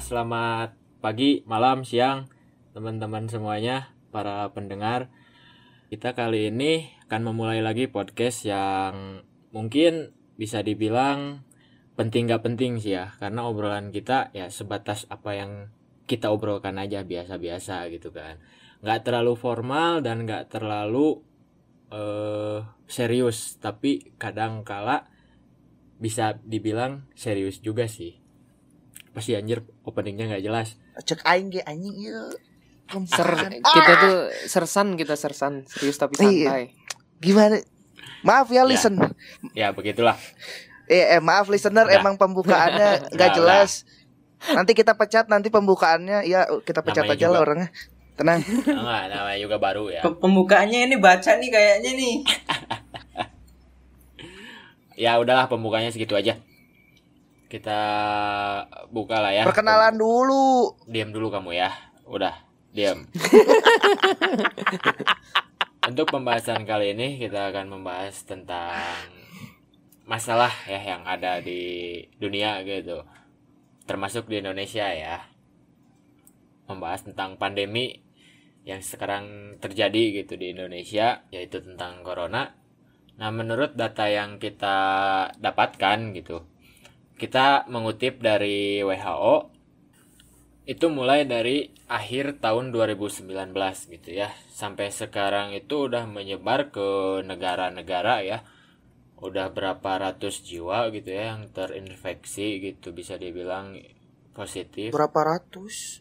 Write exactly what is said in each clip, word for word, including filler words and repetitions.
selamat pagi, malam, siang teman-teman semuanya, para pendengar. Kita kali ini akan memulai lagi podcast yang mungkin bisa dibilang penting gak penting sih ya, karena obrolan kita ya sebatas apa yang kita obrolkan aja, biasa-biasa gitu kan. Gak terlalu formal dan gak terlalu uh, serius, tapi kadang kala bisa dibilang serius juga sih. Pasti anjir openingnya nggak jelas. Cek aing ge anjing ieu. Ser, kita tuh sersan kita sersan serius tapi santai. Gimana? Maaf ya, ya. listen. Ya begitulah. Eh, eh maaf listener, udah. Emang pembukaannya nggak jelas. Udah. Nanti kita pecat nanti pembukaannya, ya kita pecat namanya aja lah orangnya. Tenang. Enggak, namanya juga baru ya. Pembukaannya ini baca nih kayaknya nih. Ya udahlah, pembukanya segitu aja. Kita buka lah ya. Perkenalan dulu. Diam dulu kamu ya. Udah, diam. Untuk pembahasan kali ini kita akan membahas tentang masalah ya yang ada di dunia gitu. Termasuk di Indonesia ya. Membahas tentang pandemi yang sekarang terjadi gitu di Indonesia, yaitu tentang corona. Nah, menurut data yang kita dapatkan gitu, kita mengutip dari W H O, itu mulai dari akhir tahun dua ribu sembilan belas gitu ya, sampai sekarang itu udah menyebar ke negara-negara ya. Udah berapa ratus jiwa gitu ya yang terinfeksi gitu, bisa dibilang positif. Berapa ratus?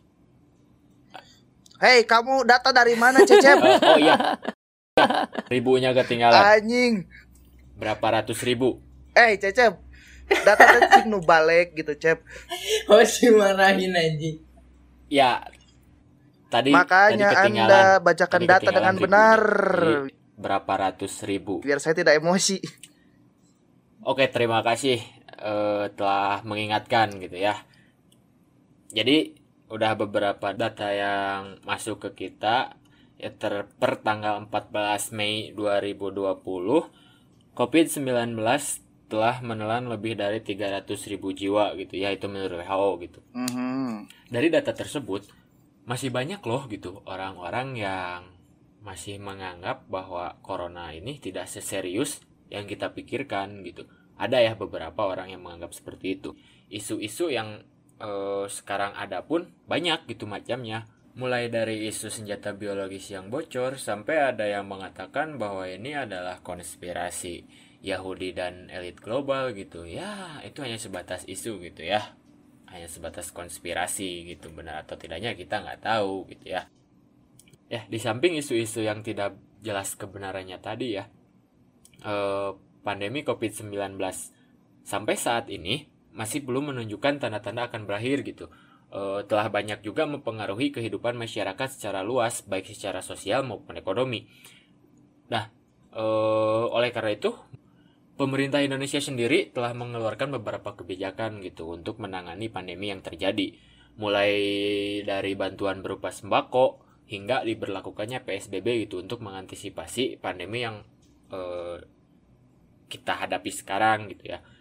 Hei, kamu data dari mana, Cecep? uh, oh iya. Ribunya ketinggalan. Anjing. Berapa ratus ribu? Eh, Cecep. Data cing nu balik gitu, Cep. Oh, dimarahin anjing. Ya. Tadi makanya tadi Anda bacakan tadi data dengan ribunya. benar. Jadi, berapa ratus ribu? Biar saya tidak emosi. Oke, terima kasih uh, telah mengingatkan gitu ya. Jadi udah beberapa data yang masuk ke kita ya, ter per tanggal empat belas Mei dua ribu dua puluh covid sembilan belas telah menelan lebih dari tiga ratus ribu jiwa gitu ya, itu menurut W H O gitu. Mm-hmm. Dari data tersebut masih banyak loh gitu orang-orang yang masih menganggap bahwa corona ini tidak seserius yang kita pikirkan gitu. Ada ya beberapa orang yang menganggap seperti itu. Isu-isu yang eh, sekarang ada pun banyak gitu macamnya. Mulai dari isu senjata biologis yang bocor sampai ada yang mengatakan bahwa ini adalah konspirasi Yahudi dan elit global gitu. Ya, itu hanya sebatas isu gitu ya. Hanya sebatas konspirasi gitu, benar atau tidaknya kita nggak tahu gitu ya. Ya, di samping isu-isu yang tidak jelas kebenarannya tadi ya, eh, pandemi covid sembilan belas sampai saat ini masih belum menunjukkan tanda-tanda akan berakhir gitu. Uh, telah banyak juga mempengaruhi kehidupan masyarakat secara luas, baik secara sosial maupun ekonomi. Nah, uh, oleh karena itu, pemerintah Indonesia sendiri telah mengeluarkan beberapa kebijakan gitu untuk menangani pandemi yang terjadi. Mulai dari bantuan berupa sembako hingga diberlakukannya P S B B gitu untuk mengantisipasi pandemi yang uh, kita hadapi sekarang gitu ya.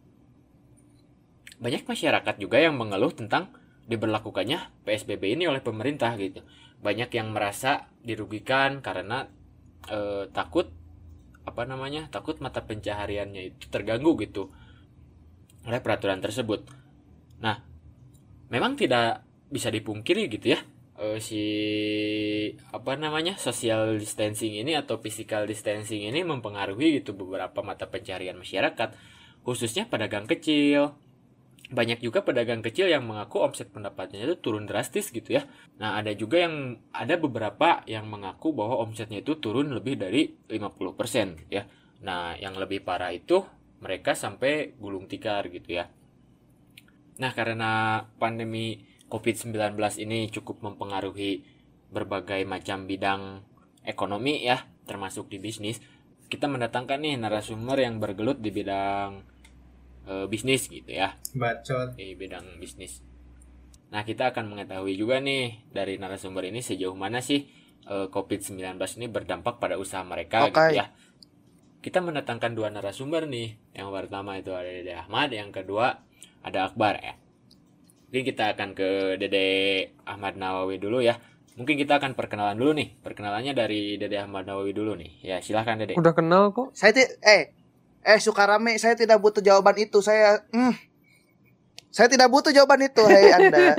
Banyak masyarakat juga yang mengeluh tentang diberlakukannya P S B B ini oleh pemerintah gitu. Banyak yang merasa dirugikan karena e, takut apa namanya takut mata pencahariannya itu terganggu gitu oleh peraturan tersebut. Nah, memang tidak bisa dipungkiri gitu ya, e, si apa namanya social distancing ini atau physical distancing ini mempengaruhi gitu beberapa mata pencaharian masyarakat, khususnya pedagang kecil. Banyak juga pedagang kecil yang mengaku omset pendapatnya itu turun drastis gitu ya. Nah, ada juga yang ada beberapa yang mengaku bahwa omsetnya itu turun lebih dari lima puluh persen ya. Nah, yang lebih parah itu mereka sampai gulung tikar gitu ya. Nah, karena pandemi covid sembilan belas ini cukup mempengaruhi berbagai macam bidang ekonomi ya, termasuk di bisnis, kita mendatangkan nih narasumber yang bergelut di bidang bisnis gitu ya, bacot di bidang bisnis. Nah, kita akan mengetahui juga nih dari narasumber ini sejauh mana sih uh, covid sembilan belas ini berdampak pada usaha mereka. Okay. Gitu ya. Kita mendatangkan dua narasumber nih. Yang pertama itu ada Dede Ahmad, yang kedua ada Akbar ya. Mungkin kita akan ke Dede Ahmad Nawawi dulu ya. Mungkin kita akan perkenalan dulu nih. Perkenalannya dari Dede Ahmad Nawawi dulu nih. Ya, silahkan Dede. Udah kenal kok. Saya ti- eh eh Sukarame, saya tidak butuh jawaban itu. Saya hmm, saya tidak butuh jawaban itu, hei Anda.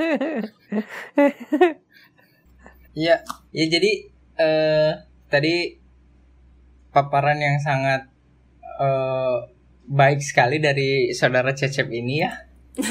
Iya, ya jadi eh, tadi paparan yang sangat eh, baik sekali dari saudara Cecep ini ya.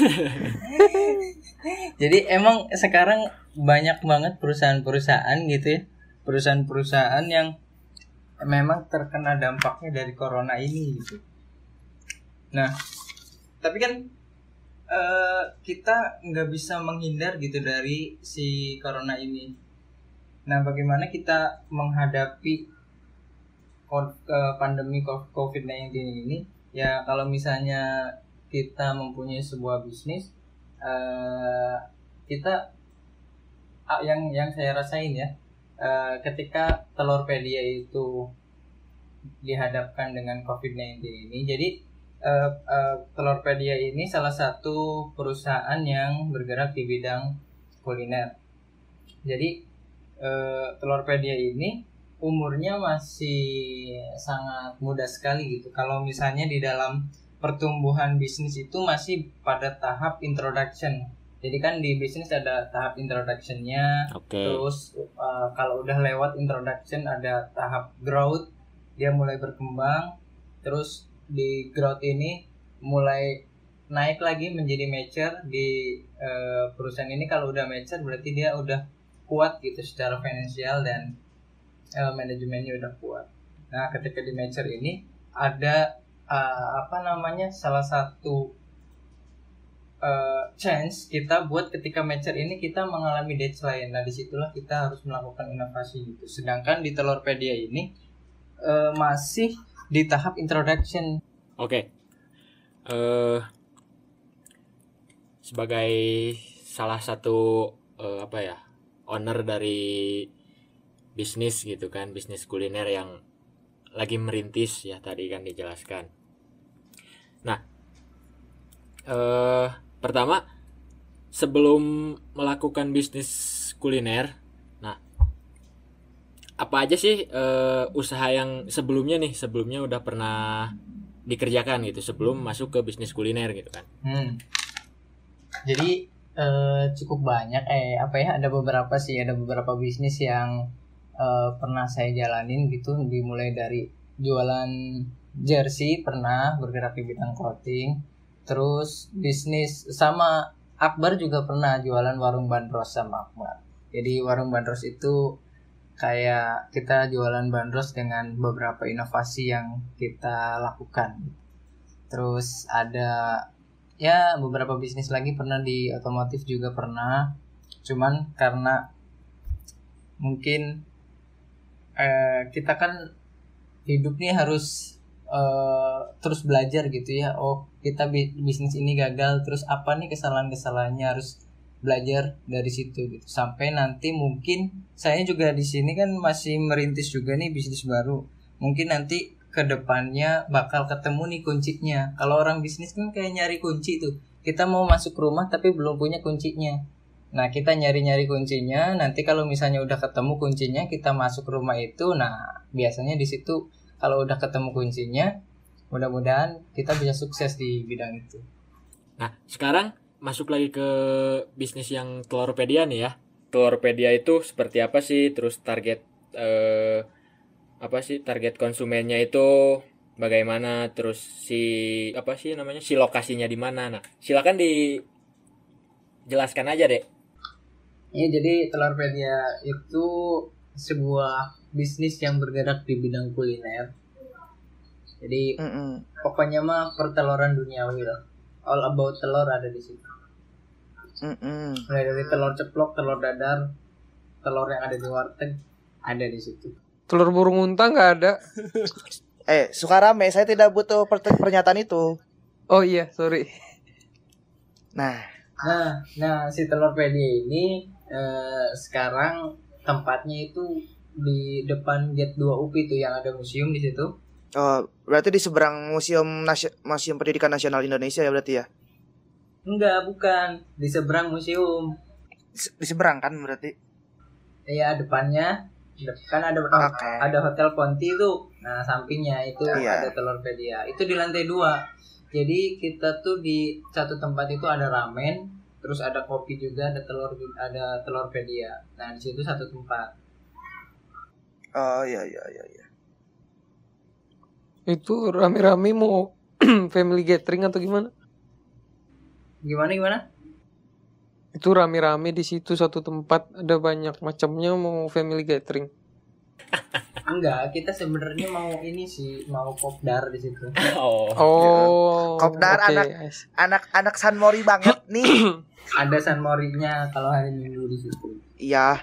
Jadi emang sekarang banyak banget perusahaan-perusahaan gitu ya, perusahaan-perusahaan yang memang terkena dampaknya dari corona ini gitu. Nah, tapi kan uh, kita nggak bisa menghindar gitu dari si corona ini. Nah, bagaimana kita menghadapi pandemi covid sembilan belas ini? Ya, kalau misalnya kita mempunyai sebuah bisnis, uh, kita uh, yang yang saya rasain ya, uh, ketika Telurpedia itu dihadapkan dengan covid sembilan belas ini, jadi uh, uh, Telurpedia ini salah satu perusahaan yang bergerak di bidang kuliner. Jadi uh, Telurpedia ini umurnya masih sangat muda sekali gitu. Kalau misalnya di dalam pertumbuhan bisnis itu masih pada tahap introduction. Jadi kan di bisnis ada tahap introduction-nya, okay. Terus uh, kalau udah lewat introduction ada tahap growth, dia mulai berkembang. Terus di growth ini mulai naik lagi menjadi mature. Di uh, perusahaan ini kalau udah mature berarti dia udah kuat gitu secara finansial dan uh, manajemennya udah kuat. Nah, ketika di mature ini ada Uh, apa namanya salah satu uh, chance kita buat ketika mature ini kita mengalami deadline. Nah, disitulah kita harus melakukan inovasi gitu. Sedangkan di Telurpedia ini uh, masih di tahap introduction. Oke, okay. uh, sebagai salah satu uh, apa ya owner dari bisnis gitu kan, bisnis kuliner yang lagi merintis ya tadi kan dijelaskan. Nah, eh, pertama sebelum melakukan bisnis kuliner, nah apa aja sih eh, usaha yang sebelumnya nih sebelumnya udah pernah dikerjakan gitu sebelum masuk ke bisnis kuliner gitu kan? Hmm. Jadi eh, cukup banyak eh apa ya ada beberapa sih ada beberapa bisnis yang eh, pernah saya jalanin gitu, dimulai dari jualan jersey, pernah bergerak di bidang clothing, terus bisnis sama Akbar juga pernah jualan warung bandros sama Akbar. Jadi warung bandros itu kayak kita jualan bandros dengan beberapa inovasi yang kita lakukan. Terus ada ya beberapa bisnis lagi pernah di otomotif juga pernah. Cuman karena mungkin eh, kita kan hidup nih harus uh, terus belajar gitu ya. Oh, kita bi- bisnis ini gagal, terus apa nih kesalahan-kesalahannya, harus belajar dari situ gitu. Sampai nanti mungkin saya juga di sini kan masih merintis juga nih bisnis baru. Mungkin nanti ke depannya bakal ketemu nih kuncinya. Kalau orang bisnis kan kayak nyari kunci tuh. Kita mau masuk rumah tapi belum punya kuncinya. Nah, kita nyari-nyari kuncinya. Nanti kalau misalnya udah ketemu kuncinya, kita masuk rumah itu. Nah, biasanya di situ kalau udah ketemu kuncinya, mudah-mudahan kita bisa sukses di bidang itu. Nah, sekarang masuk lagi ke bisnis yang Telurpedia nih ya. Telurpedia itu seperti apa sih? Terus target eh, apa sih target konsumennya itu bagaimana? Terus si apa sih namanya? Si lokasinya di mana? Nah, silakan dijelaskan aja deh. Ya, jadi Telurpedia itu sebuah bisnis yang bergerak di bidang kuliner. Jadi Mm-mm. pokoknya mah perteloran duniawi lah. All about telur ada di situ. Mm-mm. Mulai dari telur ceplok, telur dadar, telur yang ada di warteg ada di situ. Telur burung unta nggak ada. eh Sukarame, saya tidak butuh per- pernyataan itu. Oh iya, sorry. Nah, nah, nah si Telurpedia ini eh, sekarang tempatnya itu di depan gate dua U P I tuh yang ada museum di situ. Oh, berarti di seberang Museum Nasi- Museum Pendidikan Nasional Indonesia ya berarti ya? Enggak, bukan di seberang museum. Di seberang kan berarti? Iya, depannya kan ada okay. ada Hotel Ponti tuh. Nah, sampingnya itu iya. ada Telurpedia. Itu di lantai dua. Jadi kita tuh di satu tempat itu ada ramen, terus ada kopi juga, ada telur ada Telurpedia. Nah, di situ satu tempat. Oh iya iya iya iya. Itu rame-rame mau family gathering atau gimana? Gimana gimana? Itu rame-rame di situ satu tempat, ada banyak macamnya, mau family gathering. Enggak, kita sebenarnya mau ini sih, mau kopdar di situ. Oh. Oh. Kopdar okay. anak anak anak San Mori banget nih. Ada San Morinya kalau hari Minggu di situ. Iya.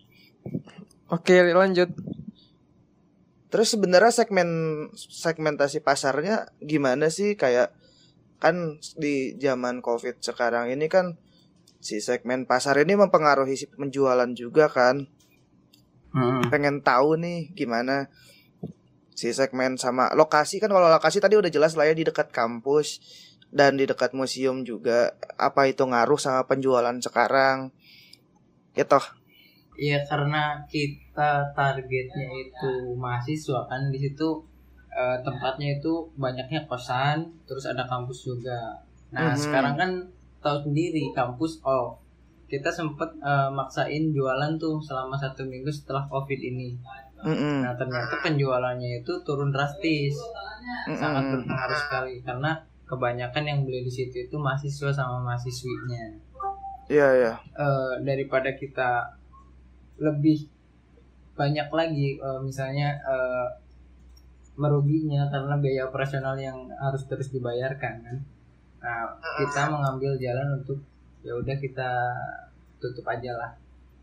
Oke, okay, lanjut. Terus sebenarnya segmen segmentasi pasarnya gimana sih? Kayak kan di zaman Covid sekarang ini kan si segmen pasar ini mempengaruhi si penjualan juga kan. Hmm. Pengen tahu nih gimana si segmen sama lokasi kan. Kalau lokasi tadi udah jelas lah ya, di dekat kampus dan di dekat museum juga. Apa itu ngaruh sama penjualan sekarang? Gitu. Iya, karena kita targetnya itu mahasiswa kan, di situ eh, tempatnya itu banyaknya kosan, terus ada kampus juga. Nah, mm-hmm. sekarang kan tahu sendiri kampus oh kita sempet eh, maksain jualan tuh selama satu minggu setelah Covid ini. Mm-hmm. Nah, ternyata penjualannya itu turun drastis, mm-hmm. sangat berpengaruh sekali karena kebanyakan yang beli di situ itu mahasiswa sama mahasiswinya. Iya yeah, iya. Yeah. Eh, daripada kita lebih banyak lagi uh, misalnya uh, meruginya karena biaya operasional yang harus terus dibayarkan kan. Nah, kita mengambil jalan untuk ya udah kita tutup aja lah.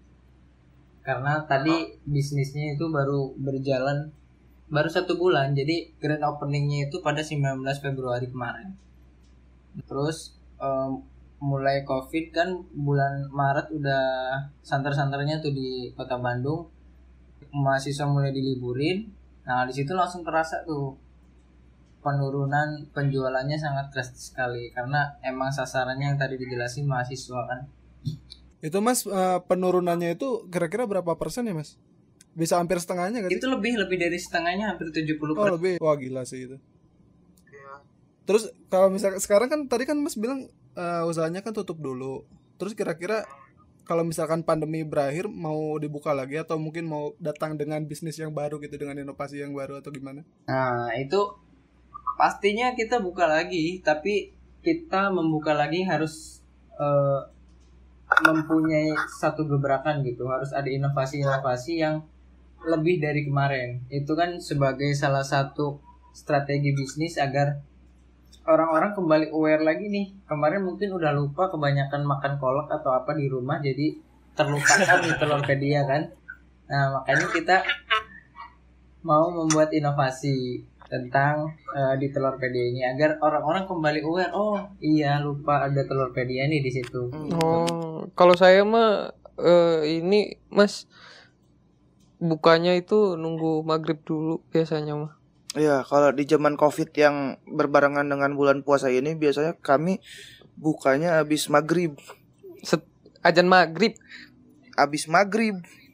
Karena tadi bisnisnya itu baru berjalan baru satu bulan, jadi grand openingnya itu pada sembilan belas Februari kemarin. Terus um, mulai Covid kan bulan Maret udah santer-santernya tuh di Kota Bandung, mahasiswa mulai diliburin. Nah, di situ langsung terasa tuh penurunan penjualannya sangat drastis sekali karena emang sasarannya yang tadi dijelasin mahasiswa kan. Itu Mas, uh, penurunannya itu kira-kira berapa persen ya Mas? Bisa hampir setengahnya gak sih? Itu lebih lebih dari setengahnya, hampir tujuh puluh persen. Oh lebih, wah gila sih itu. Terus kalau misalnya sekarang kan tadi kan Mas bilang uh, usahanya kan tutup dulu. Terus kira-kira kalau misalkan pandemi berakhir mau dibuka lagi atau mungkin mau datang dengan bisnis yang baru gitu, dengan inovasi yang baru atau gimana? Nah, itu pastinya kita buka lagi, tapi kita membuka lagi harus uh, mempunyai satu gebrakan gitu. Harus ada inovasi-inovasi yang lebih dari kemarin. Itu kan sebagai salah satu strategi bisnis agar orang-orang kembali aware lagi nih. Kemarin mungkin udah lupa kebanyakan makan kolak atau apa di rumah, jadi terlupakan di Telurpedia kan. Nah, makanya kita mau membuat inovasi tentang uh, di Telurpedia ini agar orang-orang kembali aware. Oh iya, lupa ada Telurpedia nih di situ. Oh, kalau saya mah uh, ini Mas bukanya itu nunggu maghrib dulu biasanya mah. Iya, kalau di zaman Covid yang berbarengan dengan bulan puasa ini biasanya kami bukanya habis maghrib. Set, ajan maghrib. Habis maghrib.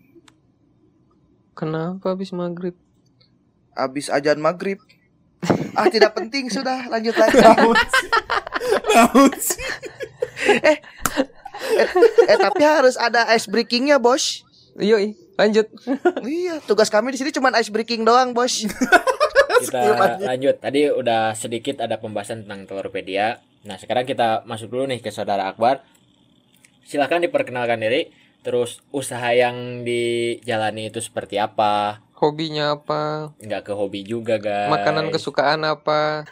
Kenapa habis maghrib? Habis ajan maghrib. Ah, tidak penting, sudah lanjut lagi. eh, eh, eh tapi harus ada ice breakingnya bos. Yoi, lanjut. Iya, tugas kami di sini cuma ice breaking doang bos. Kita lanjut. Tadi udah sedikit ada pembahasan tentang Telurpedia. Nah, sekarang kita masuk dulu nih ke Saudara Akbar. Silahkan diperkenalkan diri. Terus usaha yang dijalani itu seperti apa? Hobinya apa? Nggak ke hobi juga guys. Makanan kesukaan apa?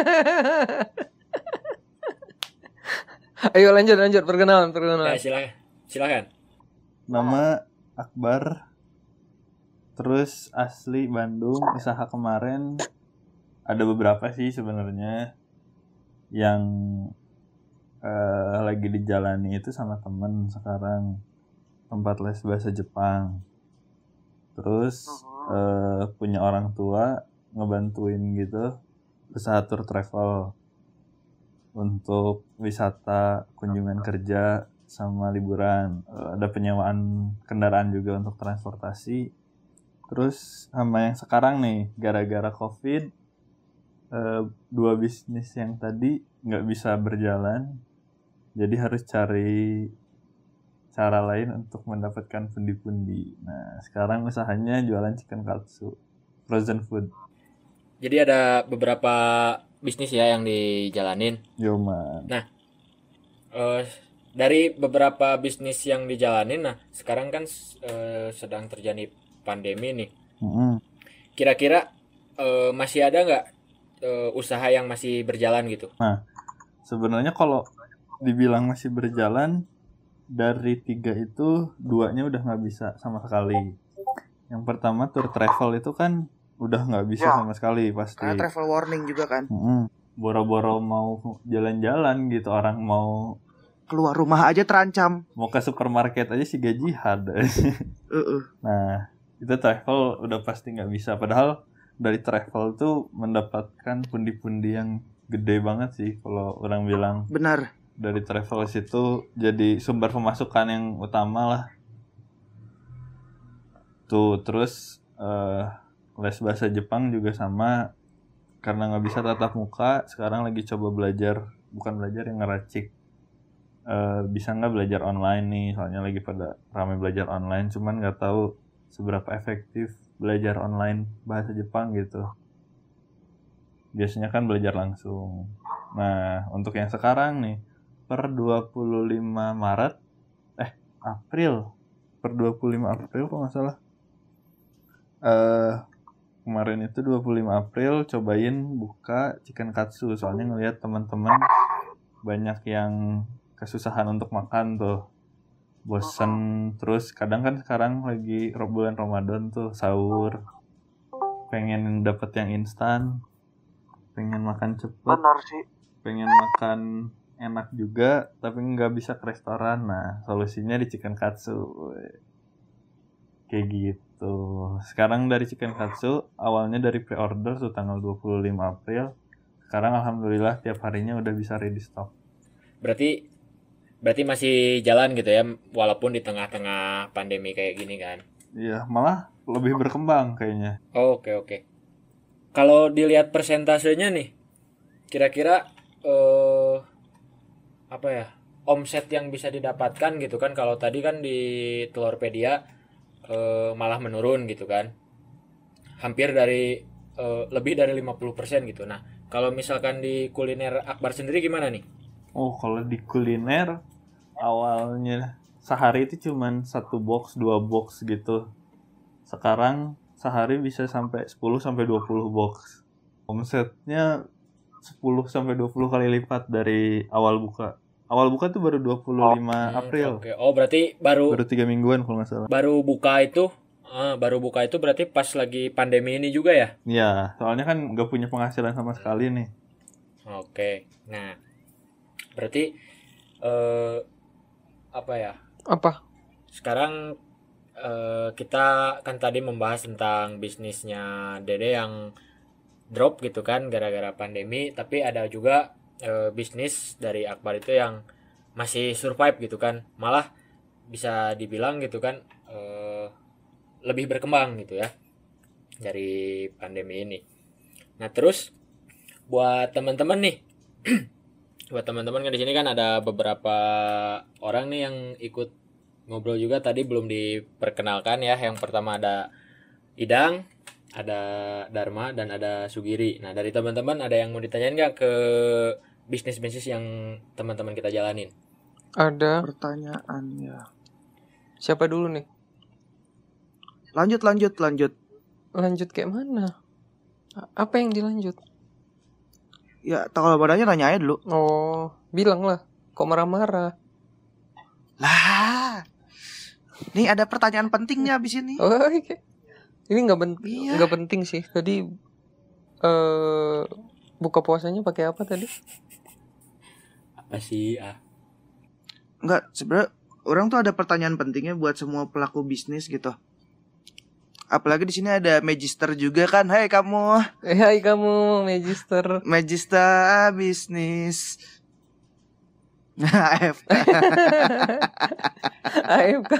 Ayo lanjut lanjut perkenalan perkenalan. Ya, silakan. Silakan. Nama Akbar. Terus asli Bandung. Usaha kemarin ada beberapa sih sebenarnya yang uh, lagi dijalani itu sama temen sekarang, tempat les bahasa Jepang. Terus uh, punya orang tua ngebantuin gitu, usaha tour travel. untuk wisata, kunjungan kerja, sama liburan. Eh, Ada penyewaan kendaraan juga untuk transportasi. Terus sama yang sekarang nih, gara-gara COVID, eh, dua bisnis yang tadi nggak bisa berjalan. Jadi harus cari cara lain untuk mendapatkan pundi-pundi. Nah, sekarang usahanya jualan chicken katsu, frozen food. Jadi ada beberapa bisnis ya yang dijalanin. Yoman. Eh, dari beberapa bisnis yang dijalanin, nah sekarang kan eh, sedang terjadi pandemi nih. Mm-mm. Kira-kira eh, masih ada nggak eh, usaha yang masih berjalan gitu? Sebenarnya kalau dibilang masih berjalan, dari tiga itu duanya udah nggak bisa sama sekali. Yang pertama tour travel itu kan udah nggak bisa Ya. sama sekali pasti. Karena travel warning juga kan. Mm-mm. Boro-boro mau jalan-jalan gitu, orang mau Keluar rumah aja terancam. mau ke supermarket aja sih gaji ada. Heeh. Nah, itu travel udah pasti nggak bisa. Padahal dari travel tuh mendapatkan pundi-pundi yang gede banget sih kalau orang bilang. Benar. Dari travel situ jadi sumber pemasukan yang utama lah. Tuh, terus eh, les bahasa Jepang juga sama. Karena nggak bisa tatap muka, sekarang lagi coba belajar, bukan belajar yang ngeracik. Eh, bisa nggak belajar online nih, soalnya lagi pada ramai belajar online, cuman nggak tahu seberapa efektif belajar online bahasa Jepang gitu. Biasanya kan belajar langsung. Nah, untuk yang sekarang nih, per dua puluh lima Maret, eh April, per dua puluh lima April kok nggak salah. Eh kemarin itu dua puluh lima April cobain buka chicken katsu, soalnya ngelihat teman-teman banyak yang kesusahan untuk makan tuh, bosen. Terus kadang kan sekarang lagi ro- bulan Ramadan tuh sahur, pengen dapet yang instan, pengen makan cepet, sih. pengen makan enak juga tapi nggak bisa ke restoran. Nah, solusinya di chicken katsu. Weh. Kayak gitu. Sekarang dari chicken katsu awalnya dari pre-order tuh tanggal dua puluh lima April. Sekarang alhamdulillah tiap harinya udah bisa ready stock. Berarti berarti masih jalan gitu ya, walaupun di tengah-tengah pandemi kayak gini kan. Iya, malah lebih berkembang kayaknya. Oh, oke oke. Kalau dilihat persentasenya nih, kira-kira eh apa ya, omset yang bisa didapatkan gitu kan? Kalau tadi kan di Telurpedia eh, malah menurun gitu kan, hampir dari eh, lebih dari lima puluh persen gitu. Nah, kalau misalkan di kuliner Akbar sendiri gimana nih? Oh, kalau di kuliner awalnya sehari itu cuman satu box, dua box gitu. Sekarang sehari bisa sampai sepuluh sampai dua puluh box. Omsetnya sepuluh sampai dua puluh kali lipat dari awal buka. Awal buka tuh baru dua puluh lima Hmm, April. Oke. Oh, berarti baru Baru tiga mingguan kalau nggak salah. baru buka itu eh, baru buka itu berarti pas lagi pandemi ini juga ya? Iya, soalnya kan nggak punya penghasilan sama sekali nih. Oke. Nah, berarti eh apa ya? Apa? Sekarang eh, kita kan tadi membahas tentang bisnisnya Dede yang drop gitu kan gara-gara pandemi, tapi ada juga eh, bisnis dari Akbar itu yang masih survive gitu kan, malah bisa dibilang gitu kan eh, lebih berkembang gitu ya dari pandemi ini. Nah, terus buat teman-teman nih, buat teman-teman kan di sini kan ada beberapa orang nih yang ikut ngobrol juga, tadi belum diperkenalkan ya. Yang pertama ada Idang, ada Dharma, dan ada Sugiri. Nah, dari teman-teman ada yang mau ditanyain nggak ke bisnis-bisnis yang teman-teman kita jalanin? Ada. Pertanyaannya. Siapa dulu nih? Lanjut lanjut lanjut. Lanjut kayak mana? A- Apa yang dilanjut? Ya, kalau mau nanya nanya aja dulu. Oh, bilang lah. Kok marah-marah? Lah. Nih ada pertanyaan pentingnya abis ini. Oh, oke. Ini nggak ben- Iya. nggak penting sih. Tadi eh buka puasanya pakai apa tadi? Apa sih? Ah, Enggak, sebenarnya orang tuh ada pertanyaan pentingnya buat semua pelaku bisnis gitu. Apalagi di sini ada Magister juga kan. Hai kamu, Eh, hai kamu, Magister. Magister bisnis. A F K. A F K.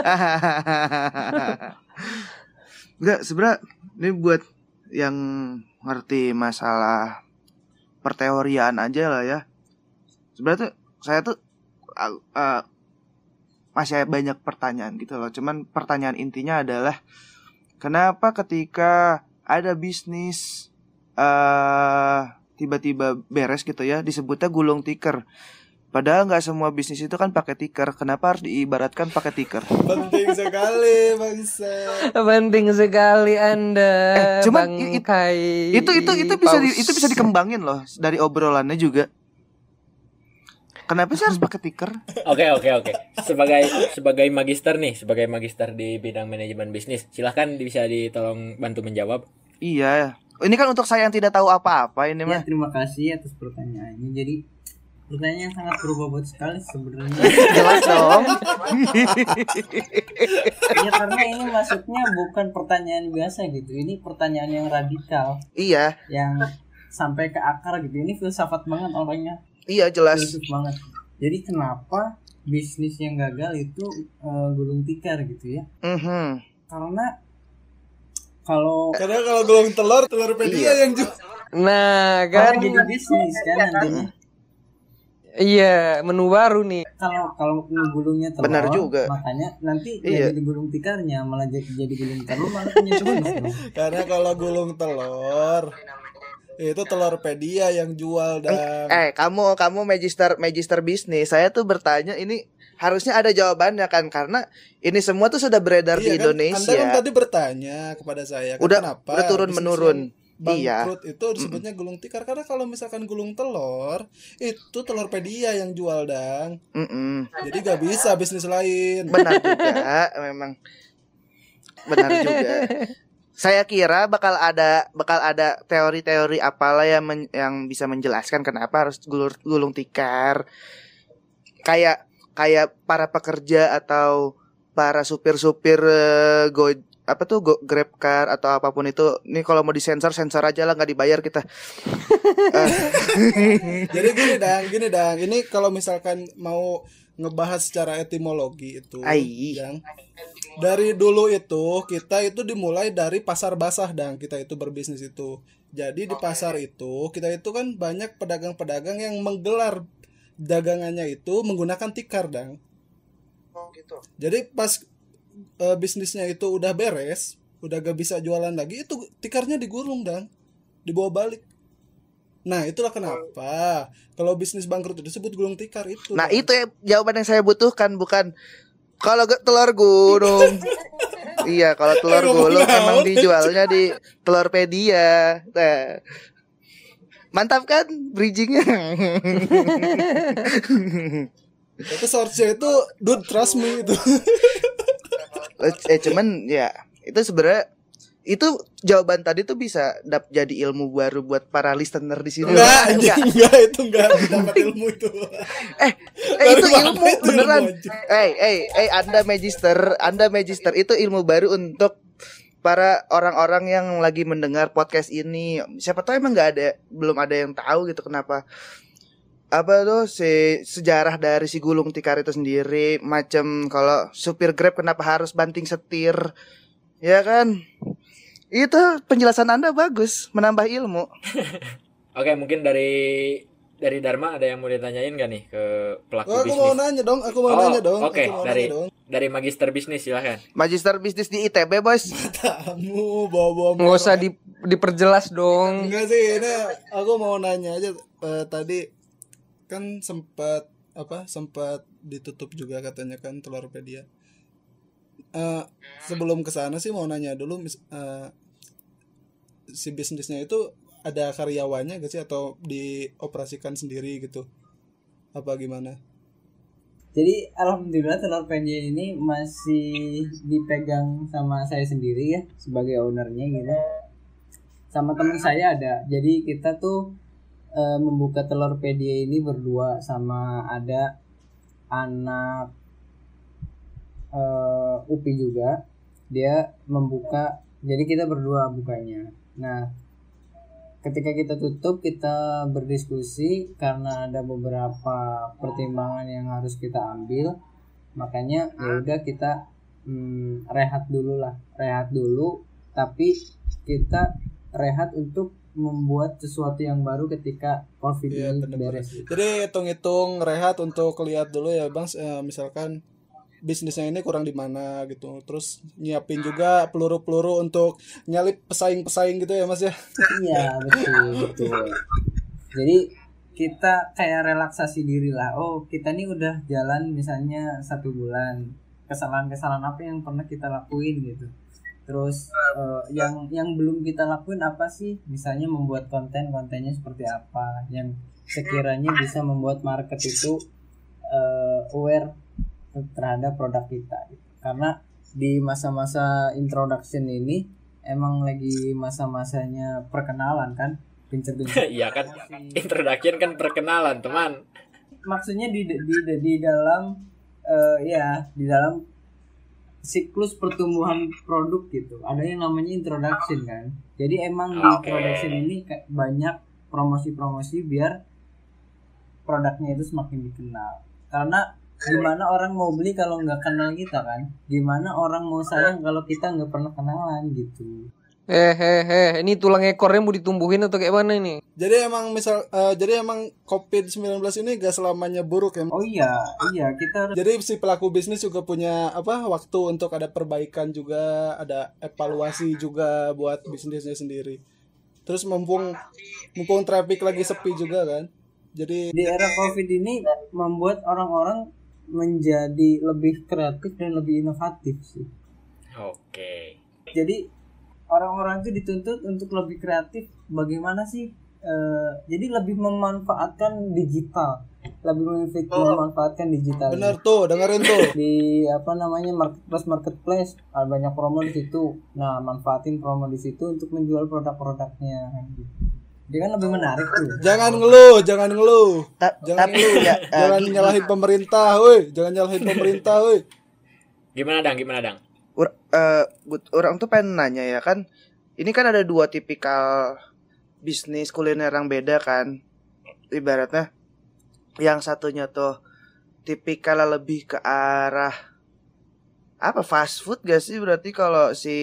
Enggak, sebenarnya ini buat yang ngerti masalah perteorian aja lah ya. Sebenarnya tuh saya tuh uh, uh, masih banyak pertanyaan gitu loh. Cuman pertanyaan intinya adalah kenapa ketika ada bisnis uh, tiba-tiba beres gitu ya disebutnya gulung tikar. Padahal nggak semua bisnis itu kan pakai tikar. Kenapa harus diibaratkan pakai tikar? Penting sekali bangsa. Penting sekali Anda. Eh, cuman i- bangkai Itu itu itu bisa di, paus. itu bisa dikembangin loh dari obrolannya juga. Kenapa sih harus pakai tikar? Oke oke oke. Sebagai sebagai magister nih, sebagai magister di bidang manajemen bisnis, silahkan bisa ditolong bantu menjawab. Iya. Ini kan untuk saya yang tidak tahu apa-apa ini Ya, mah. terima kasih atas pertanyaannya. Jadi pertanyaan yang sangat berbobot sekali sebenarnya. Jelas dong. Ya karena ini maksudnya bukan pertanyaan biasa gitu. Ini pertanyaan yang radikal, Iya, yang sampai ke akar gitu. Ini filsafat banget orangnya. iya jelas. Filsuf banget. Jadi kenapa bisnis yang gagal itu eh, gulung tikar gitu ya? Mhm. Karena kalau Karena kalau gulung telur, telurpedia Iya. yang jual. Nah kan kan jadi bisnis kan nantinya. iya menu baru nih. Kalau kalau gulungnya telur, Benar juga. makanya nanti Iya. jadi gulung tikarnya malah jadi, jadi gulung telur malah punya bisnis dong. Karena kalau gulung telur itu telurpedia yang jual dan Eh, kamu kamu magister magister bisnis. Saya tuh bertanya ini harusnya ada jawabannya kan karena ini semua tuh sudah beredar di Iya kan? Indonesia. Anda kan tadi bertanya kepada saya kan Udah kenapa udah turun bisnis menurun. yang bangkrut Iya. itu disebutnya gulung tikar karena kalau misalkan gulung telur itu telurpedia yang jual dang. Mm-mm. Jadi gak bisa bisnis lain. Benar juga, memang benar juga. Saya kira bakal ada bakal ada teori-teori apalah yang men- yang bisa menjelaskan kenapa harus gulur, gulung tikar. Kayak kayak para pekerja atau para supir-supir eh, go apa tuh go, Grab car atau apapun itu. Ini kalau mau disensor sensor aja lah, nggak dibayar kita. Eh, Jadi gini dang, gini dang. Ini kalau misalkan mau ngebahas secara etimologi itu, Ai. yang dari dulu itu kita itu dimulai dari pasar basah dang. Kita itu berbisnis itu. Jadi di pasar itu kita itu kan banyak pedagang-pedagang yang menggelar dagangannya itu menggunakan tikar dang. Oh gitu. Jadi pas e, bisnisnya itu udah beres, udah gak bisa jualan lagi, itu tikarnya digulung dang, dibawa balik. Nah itulah kenapa kalau bisnis bangkrut itu disebut gulung tikar itu. Nah Dang. itu ya jawaban yang saya butuhkan, bukan kalau ge- telur gulung. Iya, kalau telur Eh, ngomong gulung naon, emang dijualnya di Telurpedia. Nah. Mantap kan bridgingnya? Itu source-nya itu dude trust me itu. eh cuman ya itu sebenarnya itu jawaban tadi tuh bisa dap jadi ilmu baru buat para listener di sini. Enggak, anjing, Enggak. enggak itu enggak dapat ilmu itu. Eh, eh itu Dari mana ilmu itu beneran. ilmu, anjing? Eh, eh, eh Anda magister, Anda magister itu ilmu baru untuk para orang-orang yang lagi mendengar podcast ini. Siapa tahu emang nggak ada, belum ada yang tahu gitu kenapa apa tuh si sejarah dari si gulung tikar itu sendiri, macam kalau supir Grab kenapa harus banting setir, ya kan? Itu penjelasan Anda bagus, menambah ilmu. Oke, mungkin dari dari Dharma ada yang mau ditanyain gak nih ke pelaku Oh, aku bisnis? mau nanya dong, aku mau Oh, nanya dong. oke, aku mau dari nanya dong. dari magister bisnis silahkan. Magister bisnis di I T B, bos. Kamu bawa-bawa Nggak usah di, diperjelas dong. Enggak sih, ini aku mau nanya aja eh, tadi kan sempat apa? Sempat ditutup juga katanya kan Telurpedia. Eh sebelum ke sana sih mau nanya dulu mis- eh, si bisnisnya itu ada karyawannya gak sih atau dioperasikan sendiri gitu? Apa gimana? Jadi alhamdulillah Telurpedia ini masih dipegang sama saya sendiri ya sebagai ownernya gitu. Sama teman saya ada. Jadi kita tuh e, membuka Telurpedia ini berdua sama ada anak e, U P I juga. Dia membuka. Jadi kita berdua bukanya. Nah, ketika kita tutup kita berdiskusi karena ada beberapa pertimbangan yang harus kita ambil, makanya ya udah kita hmm, rehat dulu lah rehat dulu tapi kita rehat untuk membuat sesuatu yang baru ketika COVID Iya, ini bener-bener. beres gitu. Jadi hitung-hitung rehat untuk lihat dulu ya bang, eh, misalkan bisnisnya ini kurang di mana gitu, terus nyiapin juga peluru-peluru untuk nyalip pesaing-pesaing gitu ya mas ya. Iya betul betul. Jadi kita kayak relaksasi diri lah. Oh kita nih udah jalan misalnya satu bulan. Kesalahan-kesalahan apa yang pernah kita lakuin gitu. Terus uh, yang yang belum kita lakuin apa sih? Misalnya membuat konten, kontennya seperti apa? Yang sekiranya bisa membuat market itu uh, aware terhadap produk kita. Gitu. Karena di masa-masa introduction ini emang lagi masa-masanya perkenalan kan, pincer-pincer. Iya kan, introduction kan perkenalan teman. Maksudnya di di di, di dalam uh, ya di dalam siklus pertumbuhan produk gitu. Ada yang namanya introduction kan. Jadi emang di Oke. introduction ini kayak banyak promosi-promosi biar produknya itu semakin dikenal. Karena gimana orang mau beli kalau nggak kenal kita kan? Gimana orang mau sayang kalau kita nggak pernah kenalan gitu. Eh, eh, eh, ini tulang ekornya mau ditumbuhin atau kayak mana ini? Jadi emang misal eh, jadi emang covid sembilan belas ini gak selamanya buruk ya. Oh iya, iya kita harus Jadi si pelaku bisnis juga punya apa waktu untuk ada perbaikan juga, ada evaluasi juga buat bisnisnya sendiri. Terus mumpung mumpung traffic lagi sepi juga kan. Jadi di era COVID ini membuat orang-orang menjadi lebih kreatif dan lebih inovatif sih. Oke. Jadi orang-orang itu dituntut untuk lebih kreatif. Bagaimana sih? Eh, jadi lebih memanfaatkan digital, lebih memanfa- memanfaatkan digital. bener tuh, dengerin tuh. Di apa namanya marketplace marketplace ada banyak promo di situ. Nah manfaatin promo di situ untuk menjual produk-produknya. Dia kan lebih menarik tuh. Jangan ngeluh, jangan ngeluh. Ta- Jangan tapi ngeluh. ya, eh, Jangan gini. nyalahin pemerintah, woi. Jangan nyalahin pemerintah, woi. Gimana Dang? Gimana Dang? Ur- eh, but- orang tuh pengen nanya ya kan, ini kan ada dua tipikal bisnis kuliner yang beda kan, ibaratnya yang satunya tuh tipikal lebih ke arah apa, fast food gak sih berarti? Kalau si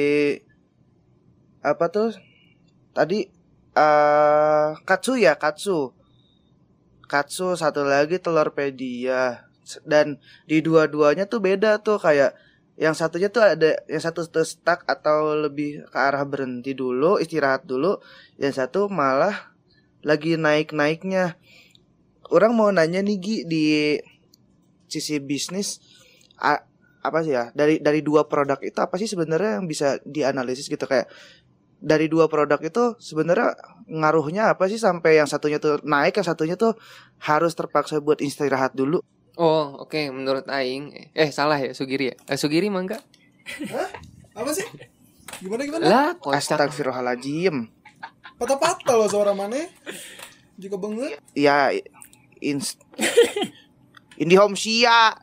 apa tuh tadi eh katsu ya, katsu katsu satu lagi Telurpedia. Dan di dua-duanya tuh beda tuh, kayak yang satunya tuh ada yang satu tuh stuck atau lebih ke arah berhenti dulu, istirahat dulu, yang satu malah lagi naik-naiknya. Orang mau nanya nih Gi, di sisi bisnis a- apa sih ya, dari dari dua produk itu apa sih sebenarnya yang bisa dianalisis gitu, kayak dari dua produk itu sebenarnya ngaruhnya apa sih sampai yang satunya tuh naik, yang satunya tuh harus terpaksa buat istirahat dulu. Oh, oke, menurut aing. Eh, salah ya, Sugiri ya? Eh, Sugiri mangga? Apa sih? Gimana gimana? Lah, kocak. Astagfirullahaladzim. Patah-patah loh suara mana? Juga banget. Ya ins Indihome Sia.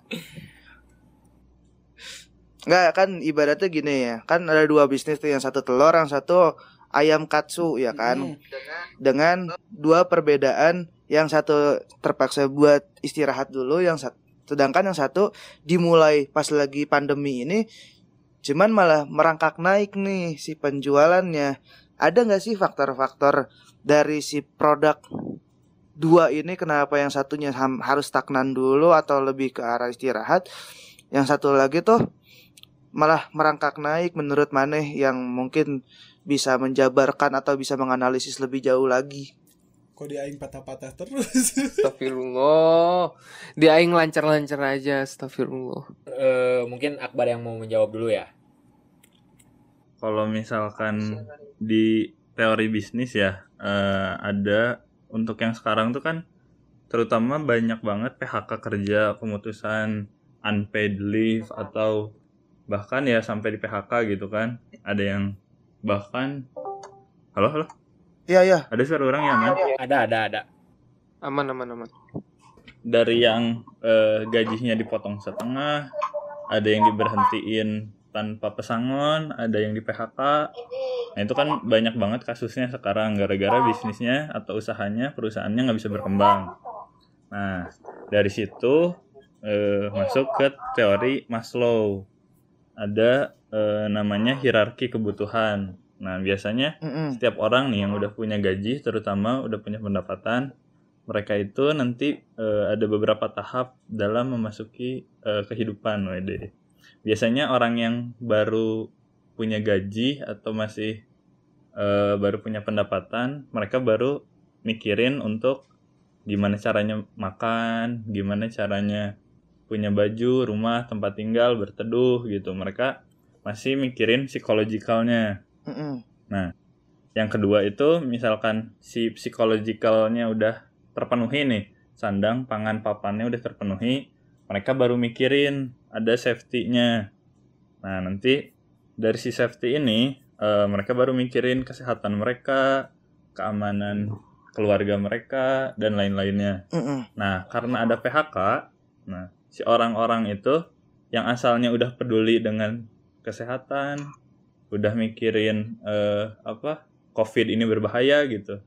Enggak kan, ibaratnya gini ya. Kan ada dua bisnis tuh, yang satu telur, yang satu ayam katsu ya kan. Hmm. Dengan dua perbedaan, yang satu terpaksa buat istirahat dulu, yang satu, sedangkan yang satu dimulai pas lagi pandemi ini cuman malah merangkak naik nih si penjualannya. Ada nggak sih faktor-faktor dari si produk dua ini kenapa yang satunya ham- harus stagnan dulu atau lebih ke arah istirahat, yang satu lagi tuh malah merangkak naik? Menurut maneh yang mungkin bisa menjabarkan atau bisa menganalisis lebih jauh lagi? Kok di aing patah-patah terus? Astagfirullah. Di aing lancar-lancar aja, astagfirullah. Eh, mungkin Akbar yang mau menjawab dulu ya. Kalau misalkan di teori bisnis ya, eh, ada untuk yang sekarang tuh kan terutama banyak banget P H K kerja, pemutusan unpaid leave atau bahkan ya sampai di P H K gitu kan. Ada yang bahkan halo halo Iya ya. ada suara orang yang man? Ada, ada, ada. Aman, aman, aman. Dari yang eh, gajinya dipotong setengah, ada yang diberhentiin tanpa pesangon, ada yang di P H K, Nah itu kan banyak banget kasusnya sekarang gara-gara bisnisnya atau usahanya perusahaannya nggak bisa berkembang. Nah dari situ eh, masuk ke teori Maslow. Ada eh, namanya hierarki kebutuhan. Nah biasanya Mm-mm. setiap orang nih yang udah punya gaji, terutama udah punya pendapatan, mereka itu nanti eh, ada beberapa tahap dalam memasuki eh, kehidupan W D. Biasanya orang yang baru punya gaji atau masih eh, baru punya pendapatan, mereka baru mikirin untuk gimana caranya makan, gimana caranya punya baju, rumah, tempat tinggal, berteduh gitu. Mereka masih mikirin psikologikalnya. Mm-mm. Nah, yang kedua itu misalkan si psikologikalnya udah terpenuhi nih, sandang, pangan, papannya udah terpenuhi, mereka baru mikirin ada safety-nya. Nah, nanti dari si safety ini, eh, mereka baru mikirin kesehatan mereka, keamanan keluarga mereka, dan lain-lainnya. Mm-mm. Nah, karena ada P H K, nah si orang-orang itu yang asalnya udah peduli dengan kesehatan, udah mikirin eh, apa COVID ini berbahaya gitu,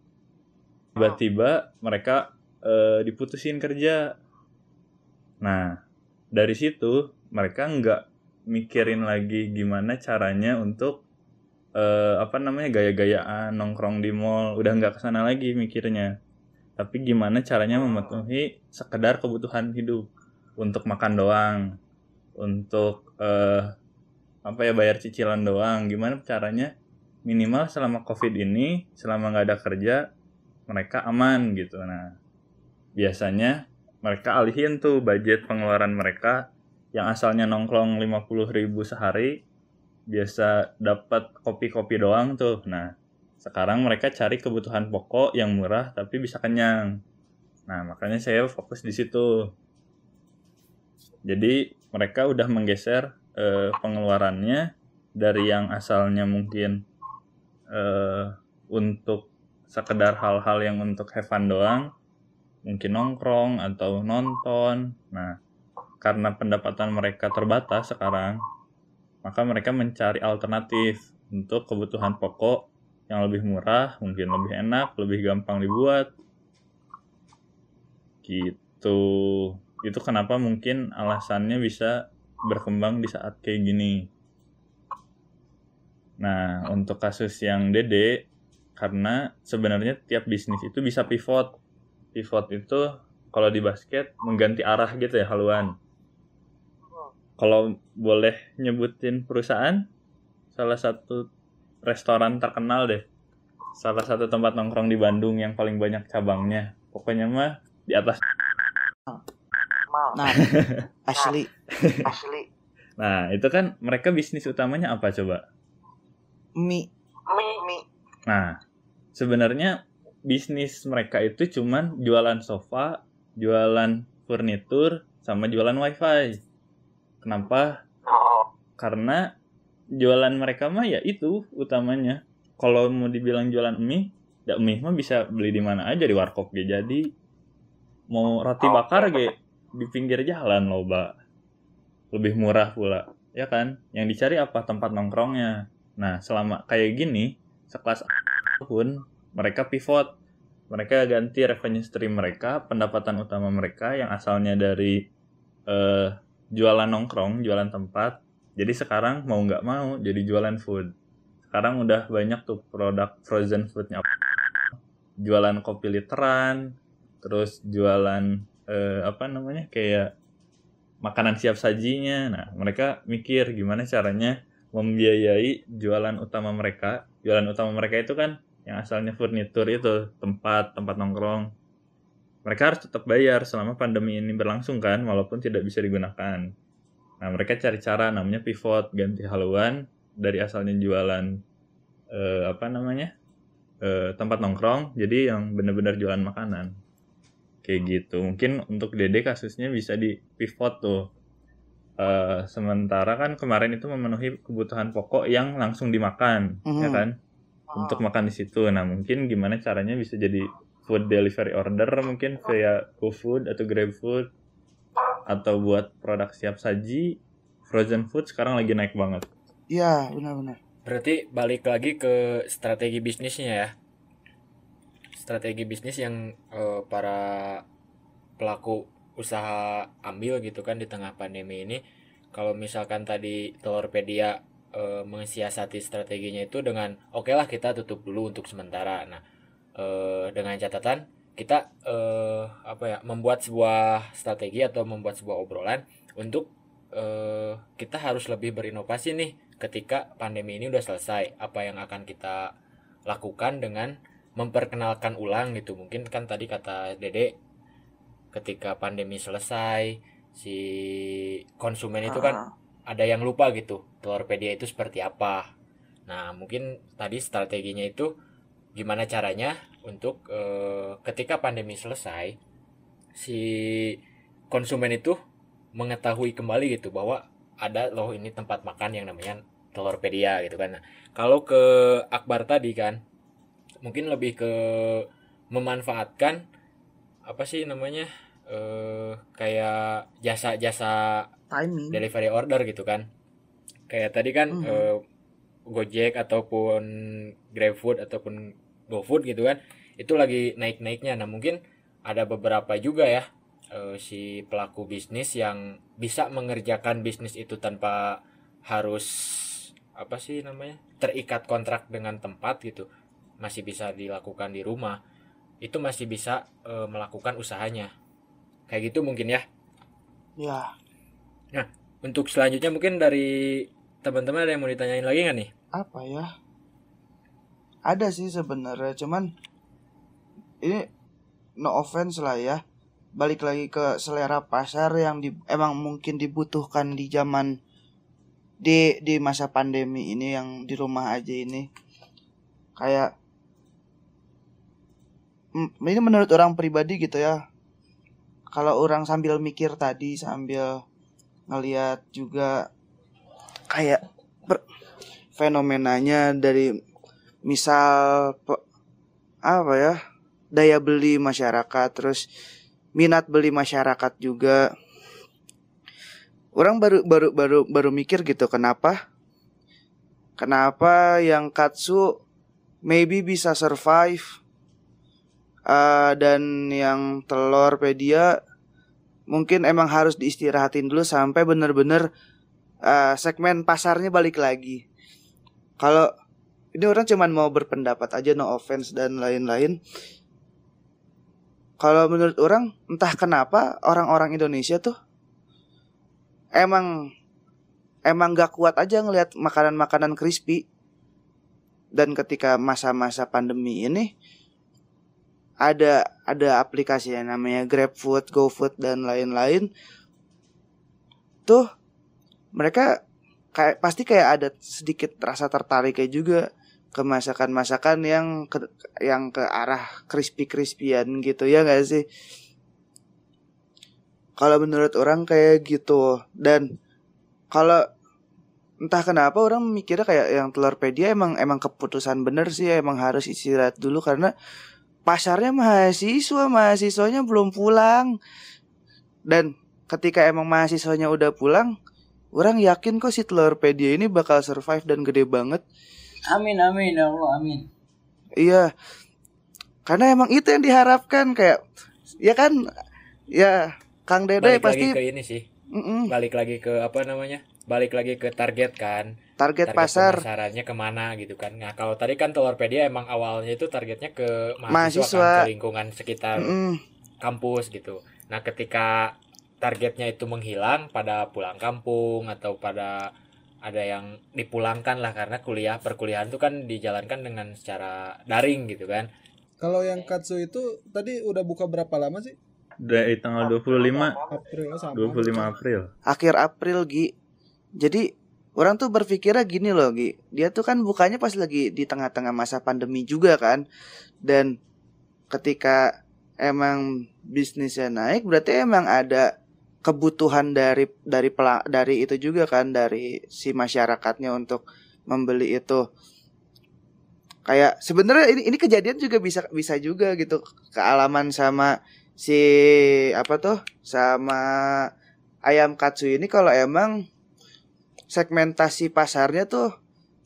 tiba-tiba mereka eh, diputusin kerja. Nah, dari situ mereka nggak mikirin lagi gimana caranya untuk eh, apa namanya gaya-gayaan nongkrong di mall, udah nggak kesana lagi mikirnya, tapi gimana caranya memenuhi sekedar kebutuhan hidup, untuk makan doang, untuk eh, apa ya bayar cicilan doang, gimana caranya minimal selama COVID ini, selama nggak ada kerja, mereka aman gitu. Nah, biasanya mereka alihin tuh budget pengeluaran mereka yang asalnya nongkrong lima puluh ribu sehari, biasa dapat kopi-kopi doang tuh. Nah, sekarang mereka cari kebutuhan pokok yang murah tapi bisa kenyang. Nah, makanya saya fokus di situ. Jadi, mereka udah menggeser eh, pengeluarannya dari yang asalnya mungkin eh, untuk sekedar hal-hal yang untuk have fun doang, mungkin nongkrong atau nonton. Nah, karena pendapatan mereka terbatas sekarang, maka mereka mencari alternatif untuk kebutuhan pokok yang lebih murah, mungkin lebih enak, lebih gampang dibuat. Gitu. Itu kenapa mungkin alasannya bisa berkembang di saat kayak gini. Nah, untuk kasus yang Dede, karena sebenarnya tiap bisnis itu bisa pivot. Pivot itu kalau di basket mengganti arah gitu ya, haluan. Kalau boleh nyebutin perusahaan, salah satu restoran terkenal deh, salah satu tempat nongkrong di Bandung yang paling banyak cabangnya, pokoknya mah di atas. Nah, asli, asli. Nah, itu kan mereka bisnis utamanya apa coba? Mie, mie, mie. Nah, sebenarnya bisnis mereka itu cuman jualan sofa, jualan furnitur, sama jualan wifi. Kenapa? Karena jualan mereka mah ya itu utamanya. Kalau mau dibilang jualan mie, ya mie mah bisa beli di mana aja, di warkop ge jadi. Mau roti bakar ge di pinggir jalan loba. Lebih murah pula, ya kan? Yang dicari apa? Tempat nongkrongnya. Nah, selama kayak gini, sekelas pun mereka pivot. Mereka ganti revenue stream mereka, pendapatan utama mereka yang asalnya dari eh, jualan nongkrong, jualan tempat. Jadi sekarang mau nggak mau jadi jualan food. Sekarang udah banyak tuh produk frozen foodnya. Jualan kopi literan, terus jualan eh, apa namanya kayak makanan siap sajinya. Nah, mereka mikir gimana caranya membiayai jualan utama mereka. Jualan utama mereka itu kan yang asalnya furnitur itu, tempat, tempat nongkrong. Mereka harus tetap bayar selama pandemi ini berlangsung kan, walaupun tidak bisa digunakan. Nah, mereka cari cara namanya pivot, ganti haluan dari asalnya jualan eh, apa namanya? Eh, tempat nongkrong jadi yang benar-benar jualan makanan. Kayak gitu. Mungkin untuk Dede kasusnya bisa di pivot tuh. Uh, sementara kan kemarin itu memenuhi kebutuhan pokok yang langsung dimakan, Mhm. ya kan? Untuk makan di situ. Nah, mungkin gimana caranya bisa jadi food delivery order mungkin via GoFood atau GrabFood, atau buat produk siap saji, frozen food sekarang lagi naik banget. Iya, benar-benar. Berarti balik lagi ke strategi bisnisnya ya. Strategi bisnis yang eh, para pelaku usaha ambil gitu kan di tengah pandemi ini. Kalau misalkan tadi Telurpedia eh, mensiasati strateginya itu dengan oke lah kita tutup dulu untuk sementara. Nah, eh, dengan catatan kita eh, apa ya membuat sebuah strategi atau membuat sebuah obrolan untuk eh, kita harus lebih berinovasi nih ketika pandemi ini udah selesai. Apa yang akan kita lakukan dengan memperkenalkan ulang gitu. Mungkin kan tadi kata Dede ketika pandemi selesai si konsumen itu kan ada yang lupa gitu Telurpedia itu seperti apa. Nah mungkin tadi strateginya itu gimana caranya untuk eh, ketika pandemi selesai si konsumen itu mengetahui kembali gitu bahwa ada loh ini tempat makan yang namanya Telurpedia gitu kan. Nah, kalau ke Akbar tadi kan mungkin lebih ke memanfaatkan apa sih namanya eh kayak jasa-jasa timing delivery order gitu kan. Kayak tadi kan Mhm. eh, Gojek ataupun GrabFood ataupun GoFood gitu kan. Itu lagi naik-naiknya. Nah, mungkin ada beberapa juga ya eh, si pelaku bisnis yang bisa mengerjakan bisnis itu tanpa harus apa sih namanya? Terikat kontrak dengan tempat gitu. Masih bisa dilakukan di rumah. Itu masih bisa eh, melakukan usahanya. Kayak gitu mungkin ya. ya. Nah, untuk selanjutnya mungkin dari teman-teman ada yang mau ditanyain lagi nggak nih? Apa ya? Ada sih sebenarnya, cuman ini no offense lah ya. Balik lagi ke selera pasar yang di, emang mungkin dibutuhkan di zaman di di masa pandemi ini yang di rumah aja ini. Kayak mm, ini menurut orang pribadi gitu ya. Kalau orang sambil mikir tadi sambil ngelihat juga kayak per, fenomenanya dari misal pe, apa ya daya beli masyarakat, terus minat beli masyarakat juga. Orang baru baru baru baru mikir gitu kenapa kenapa yang Katsu maybe bisa survive uh, dan yang Telurpedia mungkin emang harus diistirahatin dulu sampai bener-bener uh, segmen pasarnya balik lagi. Kalau ini orang cuman mau berpendapat aja, no offense dan lain-lain. Kalau menurut orang entah kenapa orang-orang Indonesia tuh emang emang gak kuat aja ngelihat makanan-makanan crispy. Dan ketika masa-masa pandemi ini ada ada aplikasi yang namanya GrabFood, GoFood dan lain-lain. Tuh mereka kayak pasti kayak ada sedikit rasa tertariknya juga ke masakan-masakan yang ke, yang ke arah crispy-crispyan gitu ya gak sih? Kalau menurut orang kayak gitu. Dan kalau entah kenapa orang mikirnya kayak yang Telurpedia emang emang keputusan bener sih, emang harus istirahat dulu karena pasarnya mahasiswa, mahasiswanya belum pulang. Dan ketika emang mahasiswanya udah pulang, orang yakin kok si Telurpedia ini bakal survive dan gede banget. Amin amin ya Allah amin. Iya. Karena emang itu yang diharapkan kayak ya kan ya Kang Dede Balik pasti lagi ke ini sih. mm-mm, Balik lagi ke apa namanya? Balik lagi ke target kan. target pasar pemasarannya kemana gitu kan. Nah, kalau tadi kan Telurpedia emang awalnya itu targetnya ke mahasiswa, Mahasiswa. kan, ke lingkungan sekitar mm-mm, kampus gitu. Nah, ketika targetnya itu menghilang pada pulang kampung atau pada ada yang dipulangkan lah karena kuliah perkuliahan itu kan dijalankan dengan secara daring gitu kan. Kalau yang Katsu itu tadi udah buka berapa lama sih? Dari tanggal dua puluh lima April sama. dua puluh lima April. akhir April Gi. Jadi orang tuh berpikirnya gini loh Gi. Dia tuh kan bukanya pas lagi di tengah-tengah masa pandemi juga kan. Dan ketika emang bisnisnya naik berarti emang ada kebutuhan dari dari pela, dari itu juga kan, dari si masyarakatnya untuk membeli itu. Kayak sebenarnya ini ini kejadian juga bisa bisa juga gitu kealaman sama si apa tuh sama ayam Katsu ini kalau emang segmentasi pasarnya tuh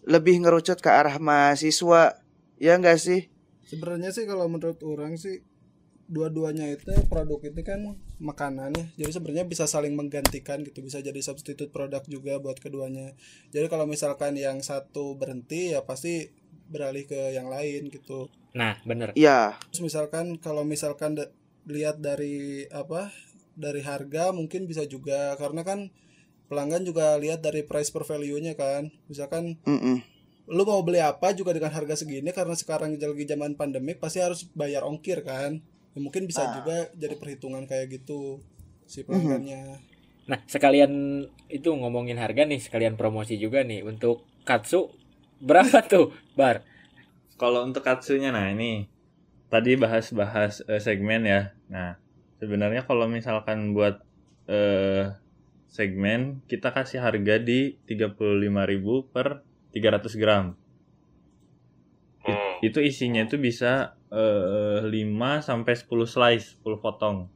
lebih ngerucut ke arah mahasiswa. Ya enggak sih? Sebenarnya sih kalau menurut orang sih dua-duanya itu produk itu kan makanan ya. Jadi sebenarnya bisa saling menggantikan gitu, bisa jadi substitute produk juga buat keduanya. Jadi kalau misalkan yang satu berhenti ya pasti beralih ke yang lain gitu. Nah, bener. Iya. Terus misalkan kalau misalkan da- lihat dari apa? Dari harga mungkin bisa juga, karena kan pelanggan juga lihat dari price per value-nya kan. Misalkan Mm-mm. lu mau beli apa juga dengan harga segini, karena sekarang lagi zaman pandemik pasti harus bayar ongkir kan. Ya, mungkin bisa Ah. juga jadi perhitungan kayak gitu si pelanggannya. Nah, sekalian itu ngomongin harga nih, sekalian promosi juga nih untuk Katsu. Berapa tuh, Bar? Kalau untuk Katsunya, nah ini tadi bahas-bahas eh, segmen ya. Nah, sebenarnya kalau misalkan buat eh, segmen, kita kasih harga di tiga puluh lima ribu per tiga ratus gram. It- itu isinya itu bisa eh, lima sampai sepuluh slice, sepuluh potong.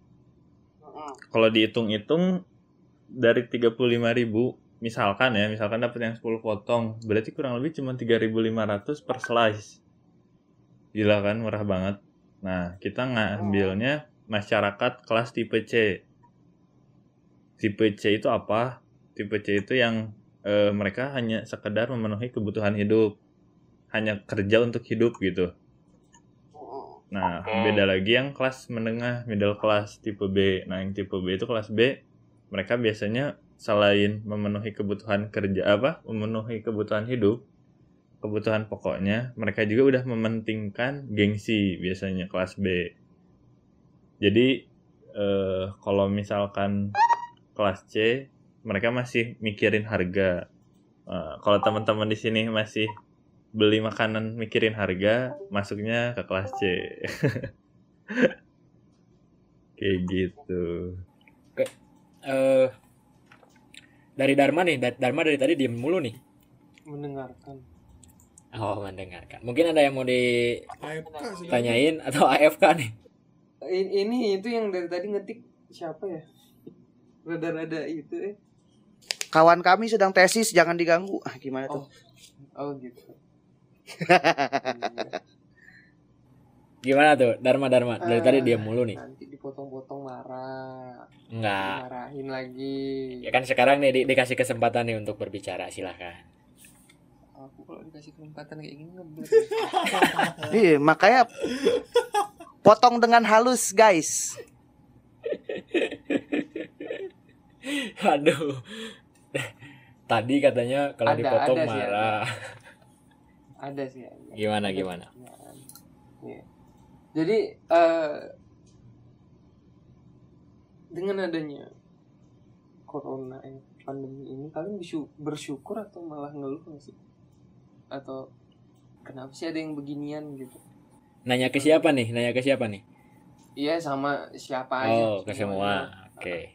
Kalau dihitung-hitung dari tiga puluh lima ribu, misalkan ya, misalkan dapat yang sepuluh potong, berarti kurang lebih cuma tiga ribu lima ratus per slice. Gila kan, murah banget. Nah, kita ngambilnya masyarakat kelas tipe C. Tipe C itu apa? Tipe C itu yang eh, mereka hanya sekedar memenuhi kebutuhan hidup. Hanya kerja untuk hidup gitu. Nah, beda lagi yang kelas menengah, middle class, tipe B. Nah, yang tipe B itu kelas B, mereka biasanya selain memenuhi kebutuhan kerja apa, memenuhi kebutuhan hidup, kebutuhan pokoknya, mereka juga udah mementingkan gengsi biasanya kelas B. Jadi, eh, kalau misalkan kelas C, mereka masih mikirin harga. Eh, kalau teman-teman di sini masih beli makanan mikirin harga, masuknya ke kelas C. Kayak gitu. Eh dari Dharma nih, Da- Dharma dari tadi diem mulu nih. Mendengarkan. Oh, mendengarkan. Mungkin ada yang mau A F K sih. ditanyain atau A F K nih? I- ini itu yang dari tadi ngetik siapa ya? Rada-rada itu eh. Kawan kami sedang tesis, jangan diganggu. Ah, gimana tuh? Oh gitu. Gimana tuh, Dharma Dharma? Dari Ah, tadi diem mulu nih. Nanti dipotong-potong marah. Enggak. Dimarahin lagi. Ya kan sekarang nih di- dikasih kesempatan nih untuk berbicara, silahkan. Aku kalau dikasih kesempatan kayak gini ngebet. Iya, makanya potong dengan halus, guys. Aduh. Tadi katanya kalau Ada, dipotong ada sih, marah. Ada sih. Ada. Gimana Ada gimana? pertanyaan. Iya. Jadi eh, dengan adanya corona eh, pandemi ini, kalian bersyukur, bersyukur atau malah ngeluh nggak sih? Atau kenapa sih ada yang beginian gitu? Nanya ke siapa nih? Nanya ke siapa nih? Iya, sama siapa aja. Oh, ke semua. Oke.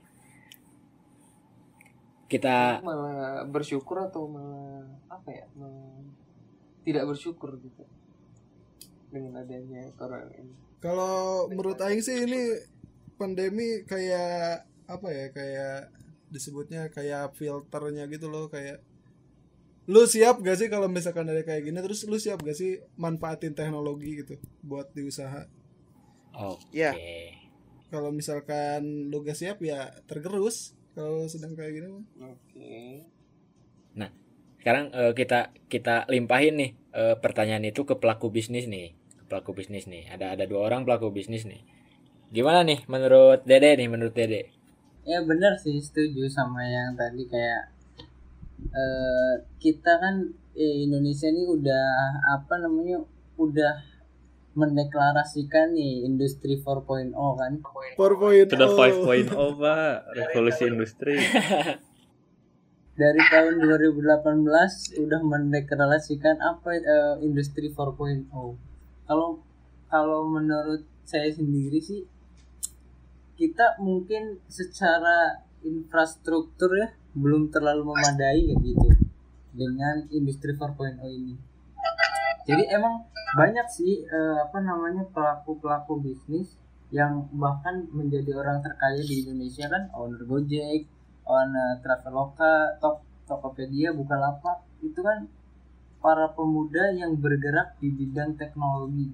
Kita Malah bersyukur atau malah apa ya? Malah tidak bersyukur gitu dengan adanya corona ini. Kalau menurut aing sih ini pandemi kayak apa ya, kayak disebutnya kayak filternya gitu loh, kayak lu siap gak sih kalau misalkan ada kayak gini, terus lu siap gak sih manfaatin teknologi gitu buat di usaha. Oke. Ya. Kalau misalkan lu gak siap ya tergerus kalau sedang kayak gini mah. Oke. Sekarang eh, kita kita limpahin nih eh, pertanyaan itu ke pelaku bisnis nih, ke pelaku bisnis nih. Ada ada dua orang pelaku bisnis nih. Gimana nih menurut Dede nih, menurut Dede? Ya benar sih, setuju sama yang tadi kayak eh, kita kan eh, Indonesia ini udah apa namanya udah mendeklarasikan nih industri empat titik nol kan. empat titik Sudah nol. lima titik nol Pak, revolusi industri. Dari tahun dua ribu delapan belas udah mendeklarasikan apa eh, industri empat titik nol. Kalau kalau menurut saya sendiri sih kita mungkin secara infrastruktur ya belum terlalu memadai kayak gitu dengan industri empat titik nol ini. Jadi emang banyak sih eh, apa namanya pelaku-pelaku bisnis yang bahkan menjadi orang terkaya di Indonesia kan, owner Gojek, owner Traveloka, Tok Tokopedia, Bukalapak, itu kan para pemuda yang bergerak di bidang teknologi,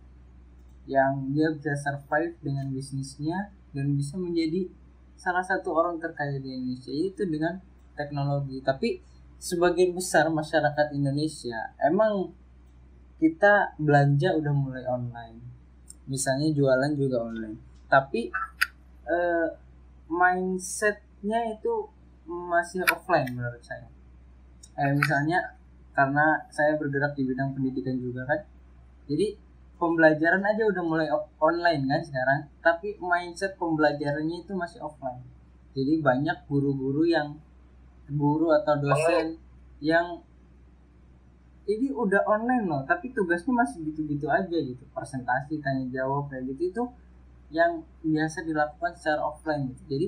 yang dia bisa survive dengan bisnisnya dan bisa menjadi salah satu orang terkaya di Indonesia itu dengan teknologi. Tapi sebagian besar masyarakat Indonesia emang kita belanja udah mulai online, misalnya jualan juga online, tapi eh, mindsetnya itu masih offline menurut saya. Eh, misalnya karena saya bergerak di bidang pendidikan juga kan, jadi pembelajaran aja udah mulai online kan sekarang, tapi mindset pembelajarannya itu masih offline. Jadi banyak guru-guru yang guru atau dosen yang ini udah online loh, tapi tugasnya masih gitu-gitu aja gitu, presentasi, tanya jawab kayak gitu, itu yang biasa dilakukan secara offline gitu. Jadi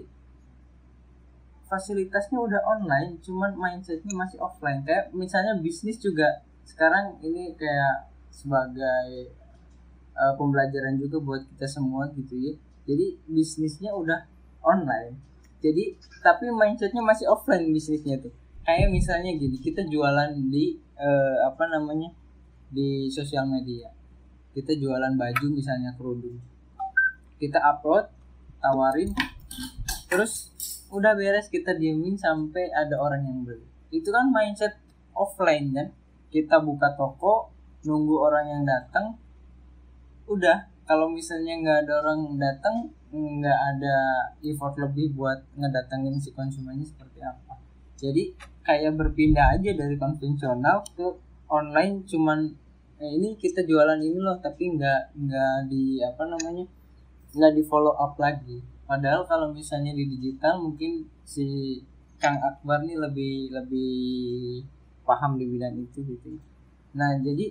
fasilitasnya udah online, cuman mindsetnya masih offline. Kayak misalnya bisnis juga sekarang ini kayak sebagai uh, pembelajaran juga buat kita semua gitu ya. Jadi bisnisnya udah online, jadi tapi mindsetnya masih offline bisnisnya tuh. Kayak misalnya gini, kita jualan di uh, apa namanya di sosial media, kita jualan baju misalnya kerudung, kita upload, tawarin, terus udah beres, kita diemin sampai ada orang yang beli. Itu kan mindset offline kan. Kita buka toko, nunggu orang yang datang, udah. Kalau misalnya nggak ada orang datang, nggak ada effort lebih buat ngedatengin si konsumennya seperti apa. Jadi kayak berpindah aja dari konvensional ke online, cuman eh, ini kita jualan ini loh, tapi nggak nggak di apa namanya nggak di follow up lagi. Padahal kalau misalnya di digital mungkin si Kang Akbar nih lebih lebih paham di bidang itu gitu. Nah jadi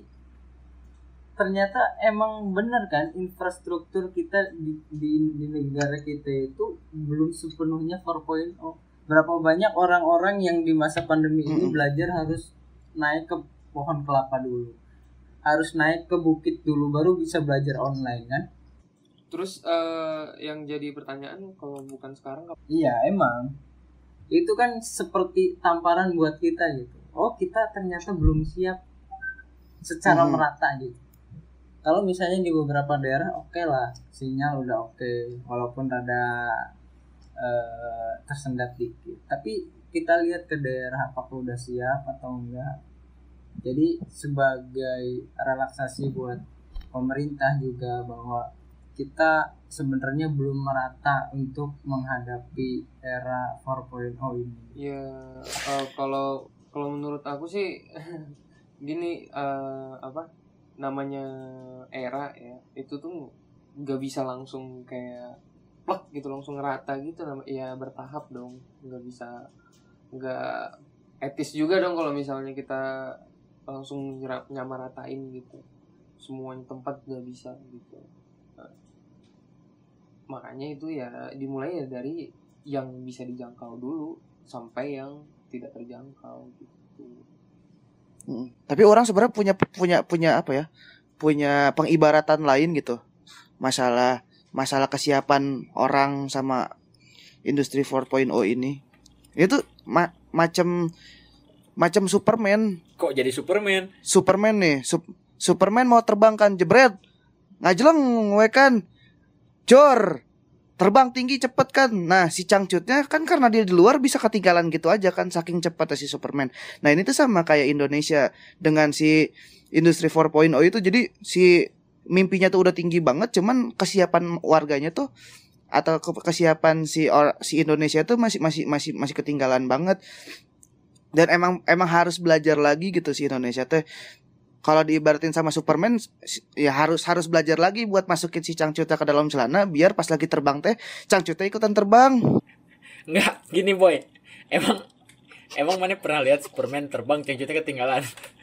ternyata emang bener kan, infrastruktur kita di, di, di negara kita itu belum sepenuhnya empat titik nol. Berapa banyak orang-orang yang di masa pandemi ini belajar harus naik ke pohon kelapa dulu, harus naik ke bukit dulu baru bisa belajar online kan. Terus uh, yang jadi pertanyaan, kalau bukan sekarang kapan? Iya emang itu kan seperti tamparan buat kita gitu. Oh kita ternyata belum siap secara hmm. merata gitu. Kalau misalnya di beberapa daerah oke okay lah, sinyal udah oke, okay, walaupun rada uh, tersendat dikit. Tapi kita lihat ke daerah apakah udah siap atau enggak. Jadi sebagai relaksasi buat pemerintah juga bahwa kita sebenarnya belum merata untuk menghadapi era empat titik nol ini. Ya uh, kalau kalau menurut aku sih gini, uh, apa namanya era ya itu tuh nggak bisa langsung kayak plek gitu langsung rata gitu, ya bertahap dong, nggak bisa, nggak etis juga dong kalau misalnya kita langsung nyamaratain gitu semuanya tempat, nggak bisa gitu. Makanya itu ya dimulai ya dari yang bisa dijangkau dulu sampai yang tidak terjangkau gitu. Hmm. Tapi orang sebenarnya punya punya punya apa ya? Punya pengibaratan lain gitu. Masalah masalah kesiapan orang sama industri empat titik nol ini. Itu ma- macam macam Superman. Kok jadi Superman? Superman nih, Sup- Superman mau terbang kan jebret. Ngajeleng we kan. Jor, terbang tinggi cepet kan. Nah si cangcutnya kan karena dia di luar bisa ketinggalan gitu aja kan, saking cepatnya si Superman. Nah ini tuh sama kayak Indonesia dengan si industri empat titik nol itu. Jadi si mimpinya tuh udah tinggi banget, cuman kesiapan warganya tuh atau kesiapan si or, si Indonesia tuh masih masih masih masih ketinggalan banget. Dan emang emang harus belajar lagi gitu si Indonesia tuh. Kalau diibaratin sama Superman ya harus harus belajar lagi buat masukin si cangcutnya ke dalam celana biar pas lagi terbang teh cangcutnya ikutan terbang. Enggak, gini boy. Emang emang mana pernah lihat Superman terbang cangcutnya ketinggalan?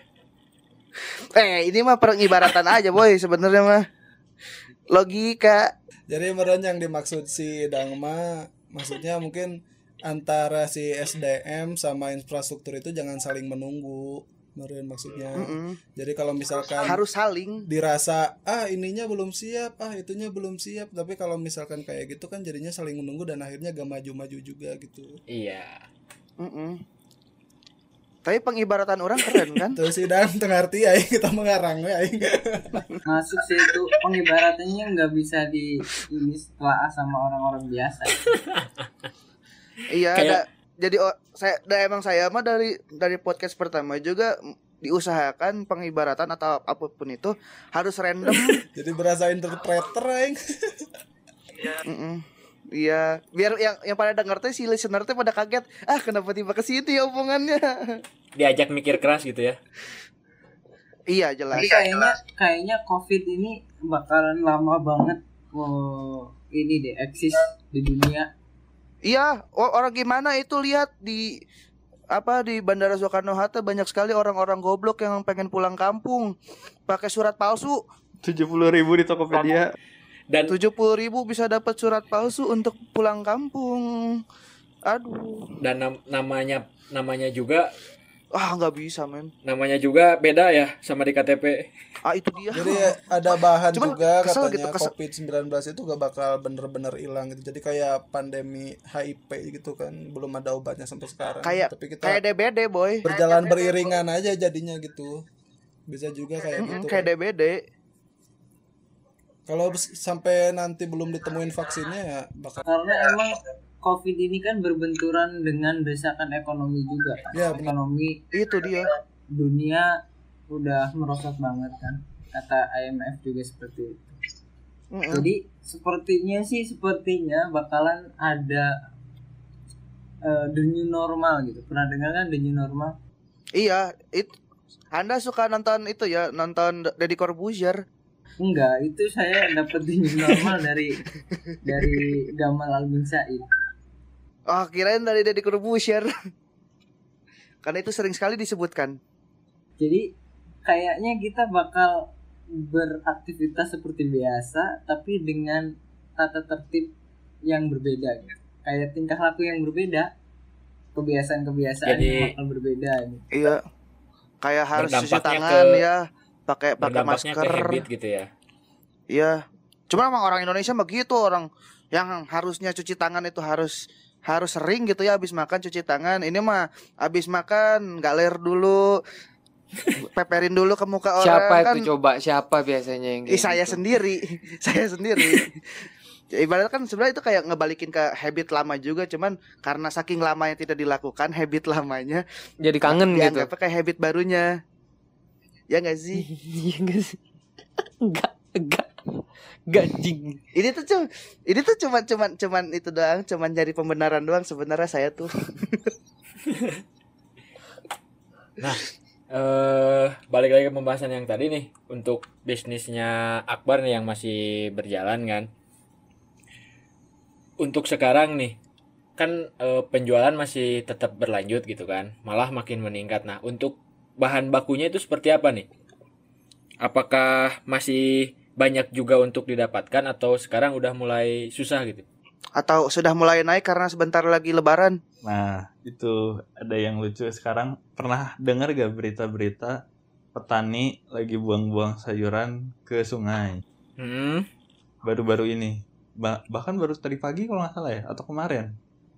Eh, ini mah pengibaratan aja boy sebenarnya mah. Logika. Jadi meren yang dimaksud si Dangma maksudnya mungkin antara si S D M sama infrastruktur itu jangan saling menunggu. Meren maksudnya. Mm-mm. Jadi kalau misalkan harus saling dirasa ah ininya belum siap, ah itunya belum siap, tapi kalau misalkan kayak gitu kan jadinya saling menunggu dan akhirnya gak maju-maju juga gitu. Iya. Mm-mm. Tapi pengibaratan orang keren kan? Terus sidang tengah arti aing kita mengarang we aing. Masuk sih itu pengibaratannya nggak bisa di ini setelah sama orang-orang biasa. Iya, Kayak- ada. Jadi oh, saya da, emang saya mah dari dari podcast pertama juga mm, diusahakan pengibaratan atau apapun itu harus random. Jadi berasa interpreter aing. Mm-mm. Iya, biar yang yang pada denger teh si listener teh pada kaget. Ah, kenapa tiba ke situ ya omongannya? Diajak mikir keras gitu ya. Iya, jelas. Tapi kayaknya kayaknya COVID ini bakalan lama banget oh, ini deh eksis di dunia. Iya, o- orang gimana itu lihat di apa di Bandara Soekarno Hatta banyak sekali orang-orang goblok yang pengen pulang kampung pakai surat palsu. tujuh puluh ribu di Tokopedia. Dan tujuh puluh ribu bisa dapat surat palsu untuk pulang kampung. Aduh, dan nam- namanya namanya juga ah nggak bisa men. namanya juga beda ya sama di K T P. Ah itu dia. Jadi ada bahan Cuman juga kesel katanya gitu, kesel. covid sembilan belas itu gak bakal bener-bener hilang gitu. Jadi kayak pandemi H I V gitu kan, belum ada obatnya sampai sekarang. Kayak Tapi kita kayak D B D boy. berjalan beriringan aja jadinya gitu. Bisa juga kayak Mm-mm, gitu. kayak kan. D B D. Kalau bes- sampai nanti belum ditemuin vaksinnya ya bakal Karena emang COVID ini kan berbenturan dengan desakan ekonomi juga. Ya, benar. Ekonomi Itu dia. dunia udah merosot banget kan. Kata I M F juga seperti itu. Mm-mm. Jadi sepertinya sih sepertinya bakalan ada eh, the new normal gitu. Pernah dengar kan the new normal? Iya, itu Anda suka nonton itu ya, nonton Deddy Corbuzier. Enggak, itu saya dapat the new normal dari dari Gamal Albin Said. Oh, kirain dari Deddy Corbuzier. Karena itu sering sekali disebutkan. Jadi kayaknya kita bakal beraktivitas seperti biasa tapi dengan tata tertib yang berbeda gitu. Kayak tingkah laku yang berbeda, kebiasaan-kebiasaan Jadi- yang bakal berbeda gitu. Iya. Kayak harus cuci Berdampaknya tangan ke- ya, pakai pakai Berdampaknya masker. ke habit gitu ya. Iya. Cuma emang orang Indonesia begitu, orang yang harusnya cuci tangan itu harus harus sering gitu ya, habis makan cuci tangan. Ini mah habis makan galer dulu, peperin dulu ke muka orang. Siapa kan, itu coba? Siapa biasanya yang Ih, kayak saya gitu? sendiri, saya sendiri. Ya, ibaratnya kan sebenarnya itu kayak ngebalikin ke habit lama juga, cuman karena saking lamanya tidak dilakukan habit lamanya, Jadi kangen gitu. dianggapnya kayak habit barunya. Ya nggak sih? Iya enggak sih? Enggak, enggak. Enggak jing. Ini tuh cuma, ini tuh cuma cuman cuman itu doang, cuman jadi pembenaran doang sebenarnya saya tuh. Nah, eh balik lagi ke pembahasan yang tadi nih untuk bisnisnya Akbar nih yang masih berjalan kan. Untuk sekarang nih kan eh, penjualan masih tetap berlanjut gitu kan, malah makin meningkat. Nah, untuk bahan bakunya itu seperti apa nih? Apakah masih banyak juga untuk didapatkan atau sekarang udah mulai susah gitu? Atau sudah mulai naik karena sebentar lagi lebaran. Nah, itu ada yang lucu sekarang. Pernah dengar gak berita-berita petani lagi buang-buang sayuran ke sungai? Hmm. Baru-baru ini. Ba- bahkan baru tadi pagi kalau nggak salah ya, atau kemarin.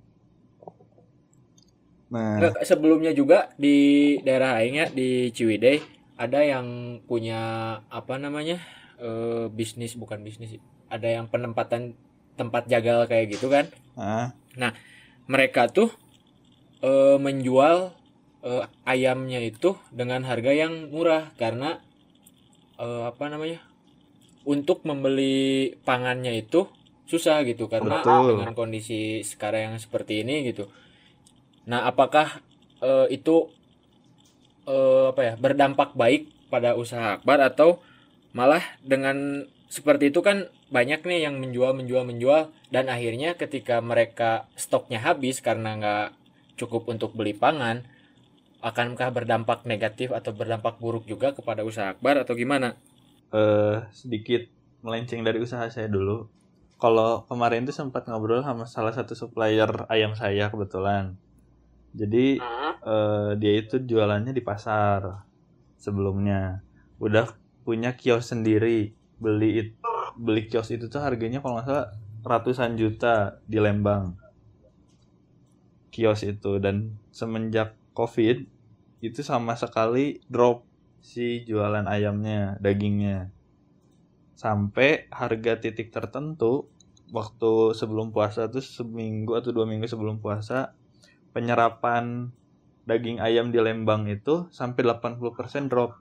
Nah, Nggak, sebelumnya juga di daerah Aing ya, di Ciwidey ada yang punya apa namanya eh, bisnis bukan bisnis sih. Ada yang penempatan tempat jagal kayak gitu kan. nah, Mereka tuh eh, menjual eh, ayamnya itu dengan harga yang murah karena eh, apa namanya untuk membeli pangannya itu susah gitu karena Betul. dengan kondisi sekarang yang seperti ini gitu. Nah, apakah eh, itu eh, apa ya berdampak baik pada usaha Akbar atau malah dengan seperti itu kan banyak nih yang menjual menjual menjual dan akhirnya ketika mereka stoknya habis karena nggak cukup untuk beli pangan, akankah berdampak negatif atau berdampak buruk juga kepada usaha Akbar atau gimana? eh, sedikit melenceng dari usaha saya dulu. Kalau kemarin tuh sempat ngobrol sama salah satu supplier ayam saya kebetulan. Jadi eh, dia itu jualannya di pasar sebelumnya. Udah punya kios sendiri. Beli it- beli kios itu tuh harganya kalau nggak salah ratusan juta di Lembang. Kios itu, dan semenjak COVID itu sama sekali drop si jualan ayamnya, dagingnya. Sampai harga titik tertentu waktu sebelum puasa tuh seminggu atau dua minggu sebelum puasa, penyerapan daging ayam di Lembang itu sampai delapan puluh persen drop.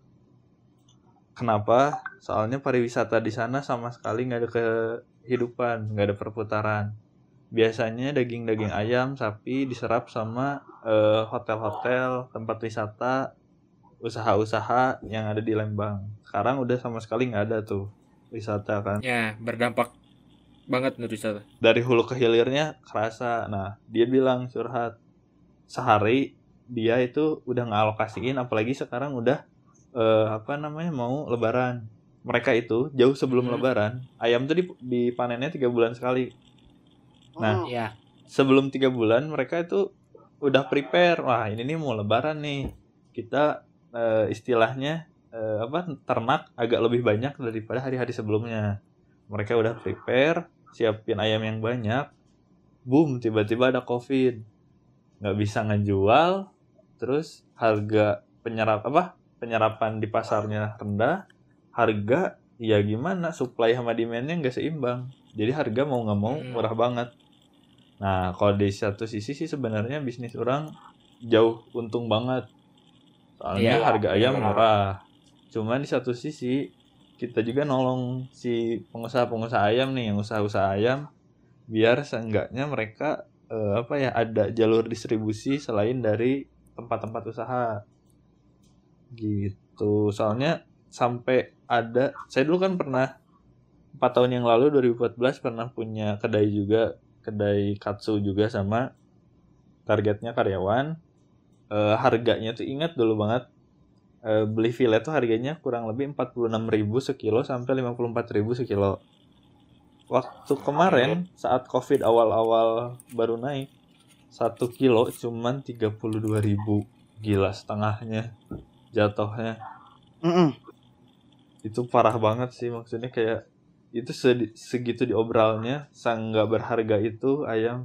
Kenapa? Soalnya pariwisata di sana sama sekali nggak ada kehidupan, nggak ada perputaran. Biasanya daging-daging ayam, sapi diserap sama eh, hotel-hotel, tempat wisata, usaha-usaha yang ada di Lembang. Sekarang udah sama sekali nggak ada tuh wisata kan. Ya, berdampak banget menurut wisata. Dari hulu ke hilirnya kerasa. Nah, dia bilang curhat sehari dia itu udah ngalokasiin, apalagi sekarang udah eh, apa namanya mau Lebaran. Mereka itu jauh sebelum Hmm. Lebaran, ayam tuh dip- dipanennya tiga bulan sekali. Nah, Ya, sebelum tiga bulan mereka itu udah prepare. Wah, ini nih mau Lebaran nih. Kita eh, istilahnya eh, apa ternak agak lebih banyak daripada hari-hari sebelumnya. Mereka udah prepare, siapin ayam yang banyak. Boom, tiba-tiba ada COVID. Nggak bisa ngejual. Terus harga penyerap apa? Penyerapan di pasarnya rendah. Harga ya gimana? Supply sama demand-nya nggak seimbang. Jadi harga mau nggak mau Hmm. murah banget. Nah, kalau di satu sisi sih sebenarnya bisnis orang jauh untung banget. Soalnya Iya, harga ayam benar. murah. Cuman di satu sisi kita juga nolong si pengusaha-pengusaha ayam nih, yang usaha-usaha ayam, biar seenggaknya mereka eh, apa ya ada jalur distribusi selain dari tempat-tempat usaha. Gitu. Soalnya sampai ada, saya dulu kan pernah empat tahun yang lalu dua ribu empat belas pernah punya kedai juga, kedai katsu juga sama targetnya karyawan. Eh, harganya tuh ingat dulu banget, eh, beli filet tuh harganya kurang lebih empat puluh enam ribu sekilo sampai lima puluh empat ribu sekilo. Waktu kemarin saat Covid awal-awal baru naik, satu kilo cuman tiga puluh dua ribu. Gila, setengahnya jatuhnya. Mm-mm. Itu parah banget sih, maksudnya kayak itu sedi- segitu diobralnya, sang nggak berharga itu ayam.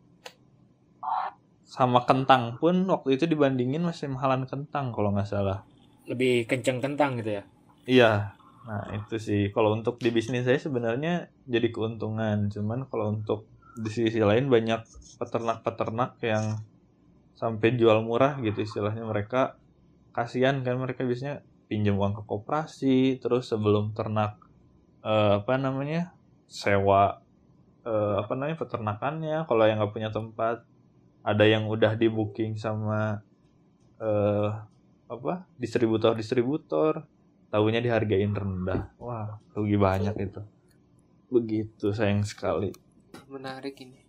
Sama kentang pun waktu itu dibandingin masih mahalan kentang kalau nggak salah. Lebih kenceng kentang gitu ya. Iya, nah itu sih kalau untuk di bisnis saya sebenarnya jadi keuntungan. Cuman kalau untuk di sisi lain banyak peternak-peternak yang sampai jual murah gitu istilahnya, mereka kasihan kan, mereka biasanya pinjam uang ke koperasi, terus sebelum ternak eh, apa namanya sewa eh, apa namanya peternakannya, kalau yang nggak punya tempat ada yang udah di booking sama eh, apa distributor-distributor, tahunya dihargain rendah. Wah, rugi banyak itu. Begitu, sayang sekali. Menarik ini.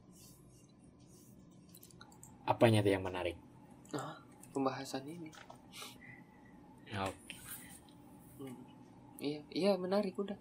Apanya tuh yang menarik? Ah, pembahasan ini. Ya, Hmm. Iya, iya menarik udah.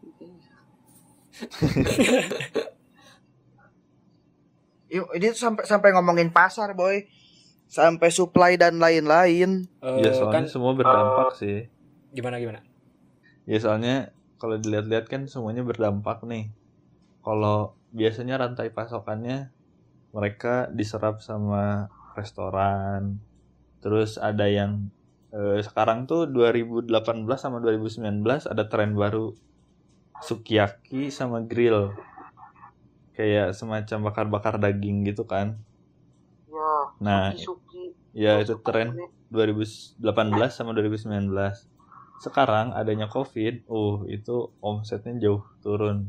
Yuk, ini tuh sampai sampai ngomongin pasar, boy. Sampai supply dan lain-lain. eh, Ya soalnya kan semua berdampak sih. gimana gimana? Ya soalnya kalau dilihat-lihat kan semuanya berdampak nih. Kalau biasanya rantai pasokannya mereka diserap sama restoran. Terus ada yang eh, sekarang tuh dua ribu delapan belas sama dua ribu sembilan belas ada tren baru, sukiyaki sama grill. Kayak semacam bakar-bakar daging gitu kan. Ya, Nah, suki-suki. ya itu tren dua ribu delapan belas sama dua ribu sembilan belas. Sekarang adanya Covid, uh itu omsetnya jauh turun.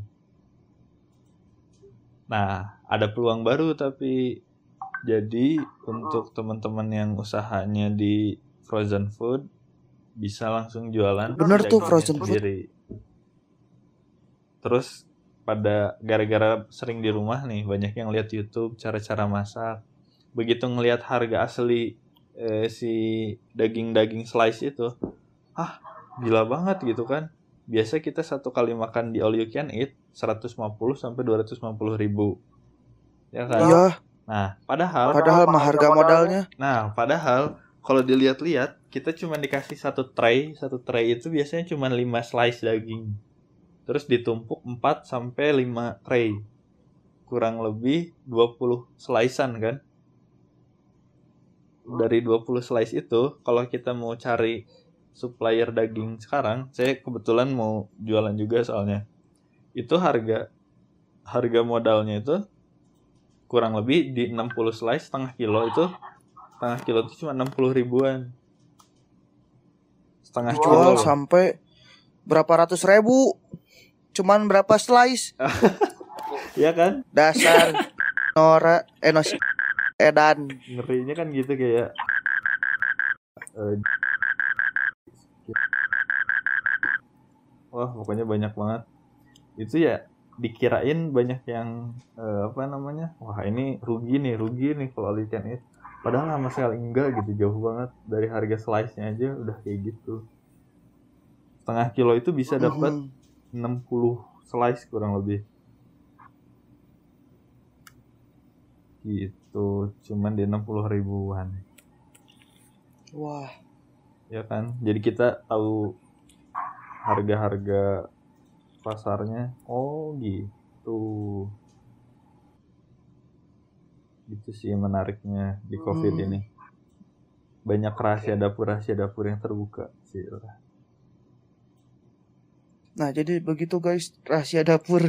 Nah, ada peluang baru tapi jadi untuk teman-teman yang usahanya di frozen food bisa langsung jualan Bener tuh, dagingnya frozen food. sendiri. Terus pada gara-gara sering di rumah nih, banyak yang lihat YouTube cara-cara masak. Begitu ngelihat harga asli eh, si daging-daging slice itu, ah gila banget gitu kan. Biasa kita satu kali makan di all you can eat seratus lima puluh sampai dua ratus lima puluh ribu. Ya kan? Iya, Nah, padahal padahal mah harga modalnya. Nah, padahal kalau dilihat-lihat kita cuma dikasih satu tray, satu tray itu biasanya cuma lima slice daging. Terus ditumpuk empat sampai lima tray. Kurang lebih dua puluh slicean kan? dari dua puluh slice itu kalau kita mau cari supplier daging sekarang, saya kebetulan mau jualan juga soalnya. Itu harga harga modalnya itu kurang lebih di enam puluh slice setengah kilo itu setengah kilo itu cuma enam puluh ribuan. Setengah kilo Jual loh. sampai berapa ratus ribu. Cuman berapa slice? Iya kan? Dasar Nora Enos Edan. Ngerinya kan gitu kayak eh, wah pokoknya banyak banget. Itu ya dikirain banyak yang eh, apa namanya, wah ini rugi nih rugi nih kalau all you can eat, padahal sama sekali enggak gitu, jauh banget dari harga slice nya aja udah kayak gitu. Setengah kilo itu bisa dapat Mhm. enam puluh slice kurang lebih gitu, cuman di enam puluh ribuan Wah, ya kan. Jadi kita tahu harga-harga pasarnya. Oh gitu. Itu sih menariknya di COVID Hmm. ini. Banyak rahasia dapur-rahasia dapur yang terbuka sih. nah jadi begitu guys rahasia dapur.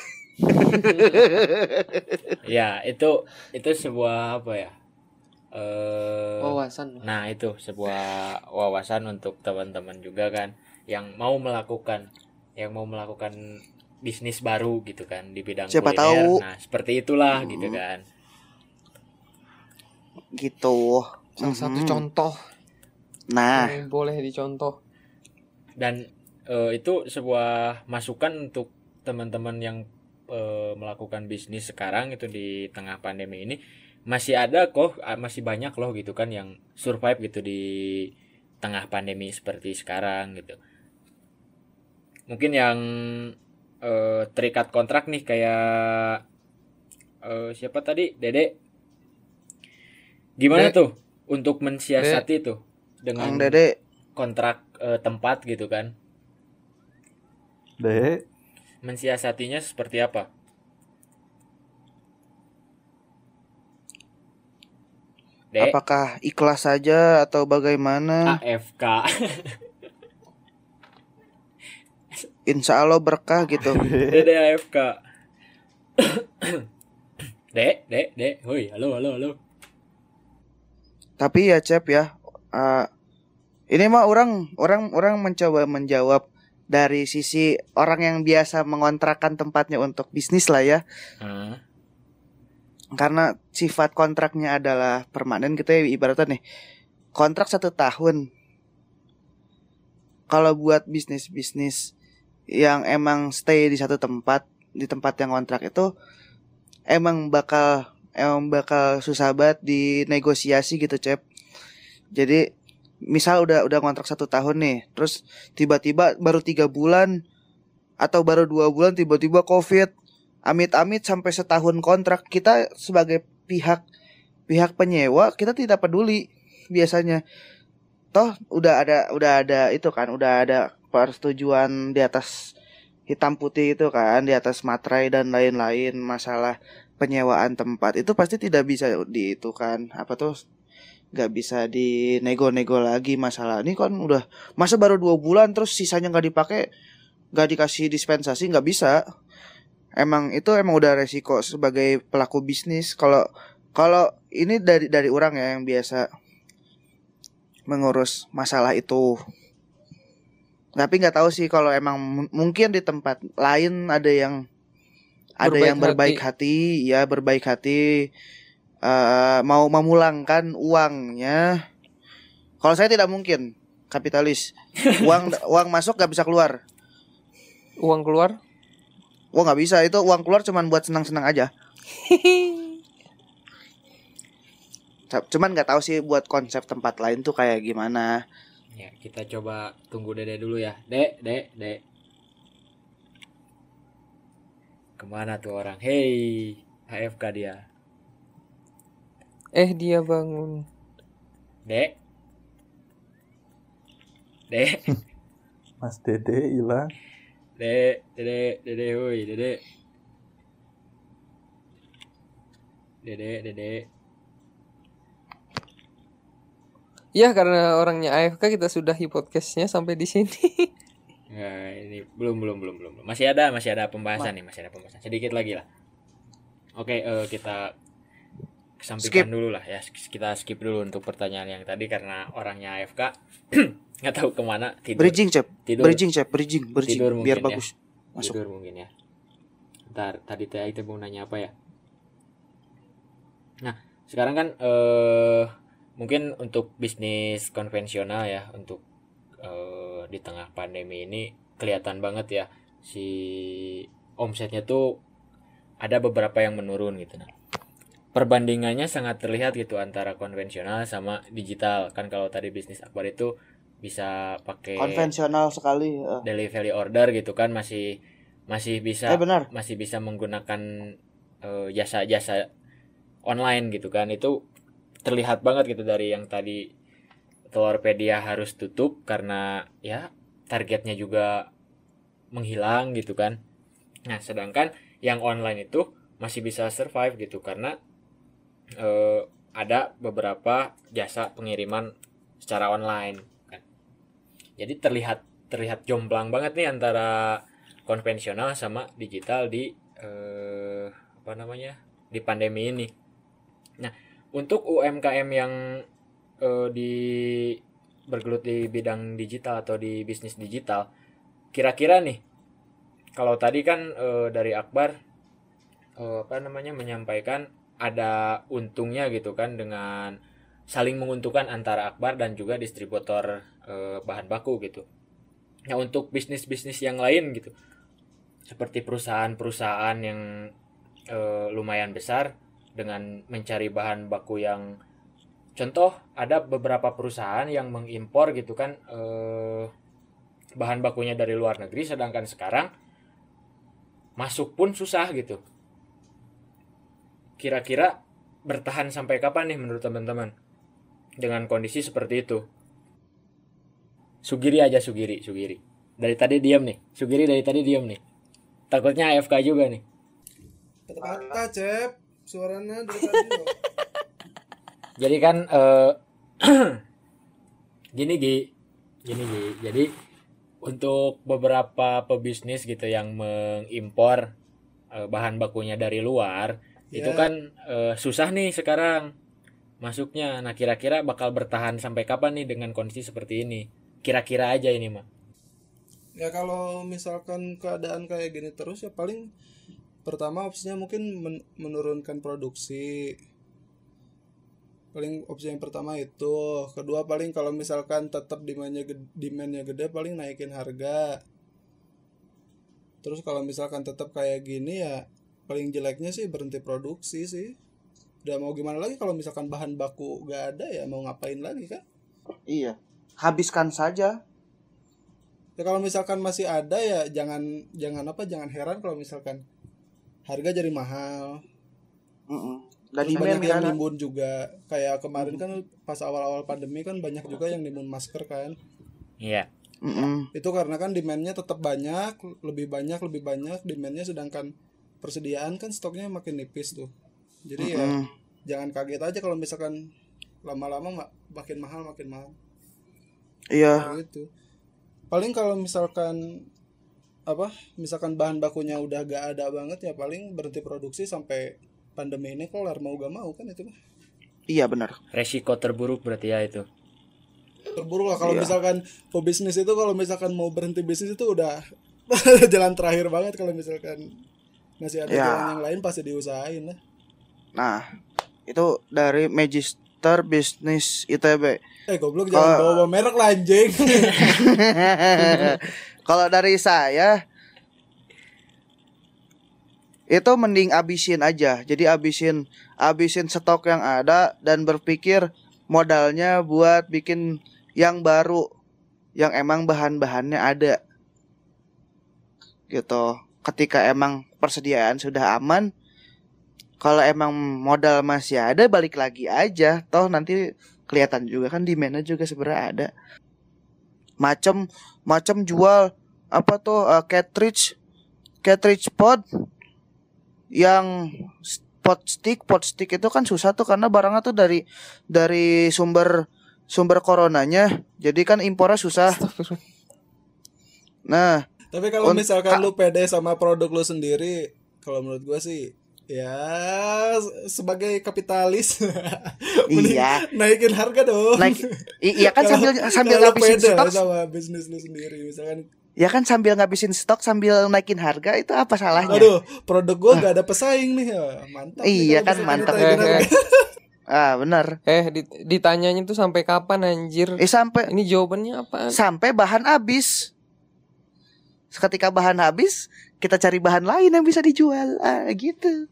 Ya, itu itu sebuah apa ya? Eh Wawasan. Nah, itu sebuah wawasan untuk teman-teman juga kan yang mau melakukan yang mau melakukan bisnis baru gitu kan di bidang Siapa kuliner. tahu. Nah, seperti itulah Hmm. gitu kan. Gitu. Salah satu Mhm. contoh Nah, yang boleh dicontoh. Dan eh, itu sebuah masukan untuk teman-teman yang eh, melakukan bisnis sekarang itu di tengah pandemi ini. Masih ada kok, ah, masih banyak loh gitu kan yang survive gitu di tengah pandemi seperti sekarang gitu. Mungkin yang eh, terikat kontrak nih kayak eh, siapa tadi? Dede. Gimana Dek. tuh untuk mensiasati tuh dengan Kang Dede, kontrak eh, tempat gitu kan? Deh, Mensiasatinya seperti apa? Dek, apakah ikhlas saja atau bagaimana? A F K. Insya Allah berkah gitu. Dede A F K. Dek, dek, dek. Hoi, halo, halo, halo. Tapi ya Cep ya, uh, ini mah orang orang orang mencoba menjawab dari sisi orang yang biasa mengontrakkan tempatnya untuk bisnis lah ya. Hah? Karena sifat kontraknya adalah permanen gitu ya, ibaratnya nih kontrak satu tahun. Kalau buat bisnis-bisnis yang emang stay di satu tempat, di tempat yang kontrak itu emang bakal emang bakal susah banget dinegosiasi gitu Cep. Jadi misal udah udah kontrak satu tahun nih, terus tiba-tiba baru tiga bulan atau baru dua bulan tiba-tiba COVID, amit-amit sampai setahun kontrak, kita sebagai pihak pihak penyewa kita tidak peduli biasanya. Toh udah ada udah ada itu kan, udah ada persetujuan di atas hitam putih itu kan, di atas materai dan lain-lain masalah penyewaan tempat itu pasti tidak bisa di itu kan apa tuh nggak bisa dinego-nego lagi masalah ini kan udah masa baru dua bulan terus sisanya nggak dipakai nggak dikasih dispensasi nggak bisa. Emang itu emang udah resiko sebagai pelaku bisnis. Kalau kalau ini dari dari orang ya yang biasa mengurus masalah itu. Tapi nggak tahu sih kalau emang m- mungkin di tempat lain ada yang ada Berbaik yang berbaik hati. ya berbaik hati eh, mau memulangkan uangnya. Kalau saya tidak mungkin kapitalis. Uang uang masuk nggak bisa keluar. Uang keluar. Wah nggak bisa, itu uang keluar cuman buat senang-senang aja. C- Cuman nggak tahu sih buat konsep tempat lain tuh kayak gimana. Ya, kita coba tunggu Dede dulu ya. Dek, dek, dek. Kemana tuh orang? Hey, A F K dia. Eh dia bangun. Dek. Dek, Mas Dede hilang. dek, dede, dede, hoi, dede. Dede, dede. Ya karena orangnya A F K kita sudahi podcastnya sampai di sini. Nah, ini belum belum belum belum. Masih ada masih ada pembahasan nih, masih ada pembahasan. Sedikit lagi lah. Oke, eh, kita kesampingkan Skip. dulu lah ya. Kita skip dulu untuk pertanyaan yang tadi karanya orangnya A F K. Nggak tahu kemana tidur. Bridging, Cep. Tidur. Bridging, Cep. Bridging, bridging. Tidur Biar mungkin ya. bagus. Masuk. Tidur mungkin ya. Ntar tadi teh itu mau nanya apa ya? Nah, sekarang kan eh mungkin untuk bisnis konvensional ya, untuk eh, di tengah pandemi ini kelihatan banget ya si omsetnya tuh ada beberapa yang menurun gitu. Nah, perbandingannya sangat terlihat gitu antara konvensional sama digital. Kan kalau tadi bisnis Akbar itu bisa pakai Konvensional sekali. eh. delivery order gitu kan, masih masih bisa Eh benar. masih bisa menggunakan eh, jasa-jasa online gitu kan. Itu terlihat banget gitu dari yang tadi Towerpedia harus tutup karena ya targetnya juga menghilang gitu kan. Nah, sedangkan yang online itu masih bisa survive gitu karena eh, ada beberapa jasa pengiriman secara online kan. Jadi terlihat terlihat jomplang banget nih antara konvensional sama digital di eh, apa namanya di pandemi ini. Nah, untuk U M K M yang eh, di bergelut di bidang digital atau di bisnis digital, kira-kira nih kalau tadi kan eh, dari Akbar eh, apa namanya menyampaikan ada untungnya gitu kan dengan saling menguntungkan antara Akbar dan juga distributor eh, bahan baku gitu. Nah, untuk bisnis-bisnis yang lain gitu, seperti perusahaan-perusahaan yang eh, lumayan besar dengan mencari bahan baku yang, contoh ada beberapa perusahaan yang mengimpor gitu kan eh, bahan bakunya dari luar negeri, sedangkan sekarang masuk pun susah gitu. Kira-kira bertahan sampai kapan nih menurut teman-teman dengan kondisi seperti itu? Sugiri aja Sugiri, Sugiri. Dari tadi diam nih. Sugiri dari tadi diam nih. Takutnya A F K juga nih. Kata-kata, Cep. Suaranya dari tadi loh. Jadi kan eh gini Gi. Gini Gi. Jadi untuk beberapa pebisnis gitu yang mengimpor eh, bahan bakunya dari luar, Ya. itu kan eh, susah nih sekarang masuknya. Nah, kira-kira bakal bertahan sampai kapan nih dengan kondisi seperti ini? Kira-kira aja ini mah. Ya kalau misalkan keadaan kayak gini terus ya paling pertama opsinya mungkin men- menurunkan produksi. Paling opsi yang pertama itu. Kedua paling kalau misalkan tetap demandnya gede, demandnya gede paling naikin harga. Terus kalau misalkan tetap kayak gini ya paling jeleknya sih berhenti produksi sih. Udah mau gimana lagi kalau misalkan bahan baku gak ada ya mau ngapain lagi kan? Iya. Habiskan saja. Ya kalau misalkan masih ada ya jangan jangan apa jangan heran kalau misalkan harga jadi mahal. Mm-mm. Dan Terus demand banyak yang kan. nimbun juga. Kayak kemarin kan pas awal-awal pandemi kan banyak juga yang nimbun masker kan. Iya. Mm-mm. Itu karena kan demandnya tetap banyak, lebih banyak, lebih banyak demandnya, sedangkan persediaan kan stoknya makin nipis tuh. Jadi ya Mm-mm. jangan kaget aja kalau misalkan lama-lama ma- makin mahal makin mahal. Iya. Kayak gitu. Paling kalau misalkan apa misalkan bahan bakunya udah gak ada banget ya paling berhenti produksi sampai pandemi ini kelar mau gak mau kan itu mah. Iya benar. Resiko terburuk berarti ya itu. Terburuk lah kalau Iya. misalkan pebisnis itu kalau misalkan mau berhenti bisnis itu udah jalan terakhir banget. Kalau misalkan masih ada Ya. jalan yang lain pasti diusahain lah. Nah, itu dari Magister Bisnis I T B. Eh goblok jangan Kalau- bawa merek lah anjing. Kalau dari saya itu mending abisin aja. Jadi abisin abisin stok yang ada dan berpikir modalnya buat bikin yang baru yang emang bahan-bahannya ada. Gitu. Ketika emang persediaan sudah aman, kalau emang modal masih ada balik lagi aja. Toh nanti kelihatan juga kan demandnya juga sebenarnya ada. Macem macam jual apa tuh uh, cartridge cartridge pod yang pot stick pot stick itu kan susah tuh karena barangnya tuh dari dari sumber sumber coronanya, jadi kan impornya susah. Nah, Tapi kalau Un- misalkan Ka- lu pede sama produk lu sendiri, kalau menurut gua sih ya s- sebagai kapitalis mending iya, naikin harga dong. naik i- iya kan Kalau- sambil sambil kalau lu ngabisin pede stok, sama bisnis lu sendiri misalkan, ya kan sambil ngabisin stok sambil naikin harga, itu apa salahnya? aduh produk gua gak ada pesaing nih ya, mantap nih Iya kalau kan, misalkan mantap. ditaikin Eh, harga. Ah, benar. Eh dit- ditanyanya tuh sampai kapan anjir? Eh sampai Ini jawabannya apa? sampai bahan habis. Ketika bahan habis, kita cari bahan lain yang bisa dijual. Ah, gitu.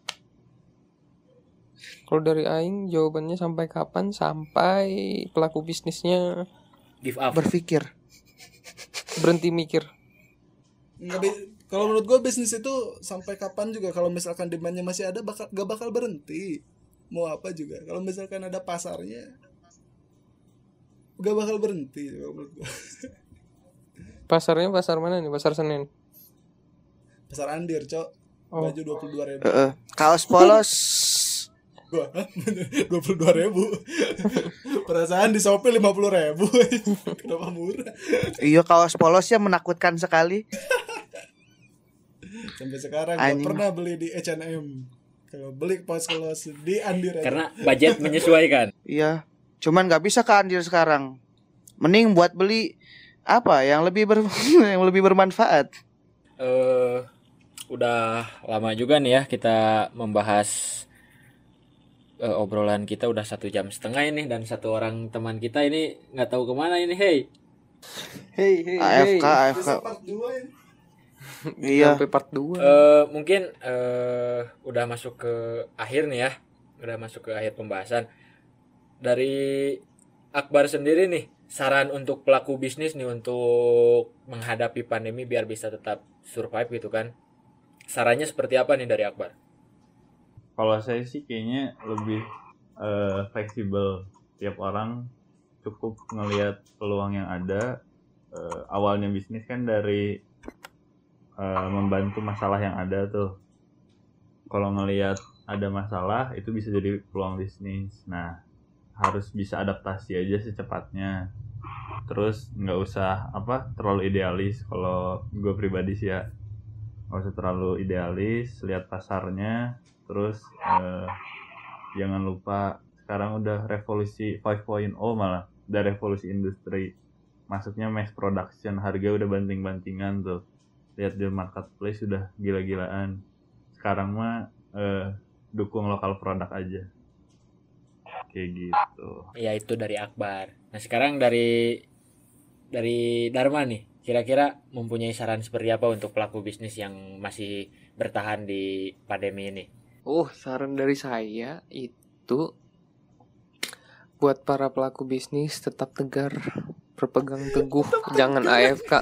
Kalau dari aing jawabannya sampai kapan? Sampai pelaku bisnisnya Give up. Berpikir. berhenti mikir. Nggak bi- kalau menurut gua bisnis itu sampai kapan juga, kalau misalkan demandnya masih ada bakal gak bakal berhenti. Mau apa juga, kalau misalkan ada pasarnya gak bakal berhenti kalau menurut gua. Pasarnya pasar mana nih? Pasar Senen. Pasar Andir, Cok. Oh. Baju dua puluh dua ribu. Heeh. Kaos polos. Gua dua puluh dua ribu. Perasaan di Shopee lima puluh ribu. Kenapa murah? Iya, kaos polosnya menakutkan sekali. Sampai sekarang Anjing. gak pernah beli di H and M. Kalau beli kaos polos di Andir aja. Karena budget menyesuaikan. Iya. Cuman nggak bisa ke Andir sekarang. Mending buat beli apa yang lebih ber yang lebih bermanfaat. Eh udah lama juga nih ya kita membahas eh, obrolan kita udah satu jam setengah ini, dan satu orang teman kita ini nggak tahu kemana ini. Hey, Hey hey A F K, A F K. Part dua ya. Iya. Sampai part dua. eh mungkin eh udah masuk ke akhir nih ya, udah masuk ke akhir pembahasan. Dari Akbar sendiri nih, saran untuk pelaku bisnis nih untuk menghadapi pandemi biar bisa tetap survive gitu kan. Sarannya seperti apa nih dari Akbar? Kalau saya sih kayaknya lebih eh, fleksibel. Tiap orang cukup ngelihat peluang yang ada. Eh, awalnya bisnis kan dari eh, membantu masalah yang ada tuh. Kalau ngelihat ada masalah itu bisa jadi peluang bisnis. Nah, harus bisa adaptasi aja secepatnya. Terus nggak usah apa terlalu idealis. Kalau gue pribadi sih ya, nggak usah terlalu idealis, lihat pasarnya. Terus eh, jangan lupa sekarang udah revolusi lima titik nol, malah udah revolusi industri, masuknya mass production, harga udah banting-bantingan tuh. Lihat di marketplace sudah gila-gilaan. Sekarang mah eh, dukung lokal produk aja, kayak gitu. Ya itu dari Akbar. Nah sekarang dari dari Dharma nih, kira-kira mempunyai saran seperti apa untuk pelaku bisnis yang masih bertahan di pandemi ini? Oh, saran dari saya itu buat para pelaku bisnis tetap tegar, berpegang teguh, jangan A F K.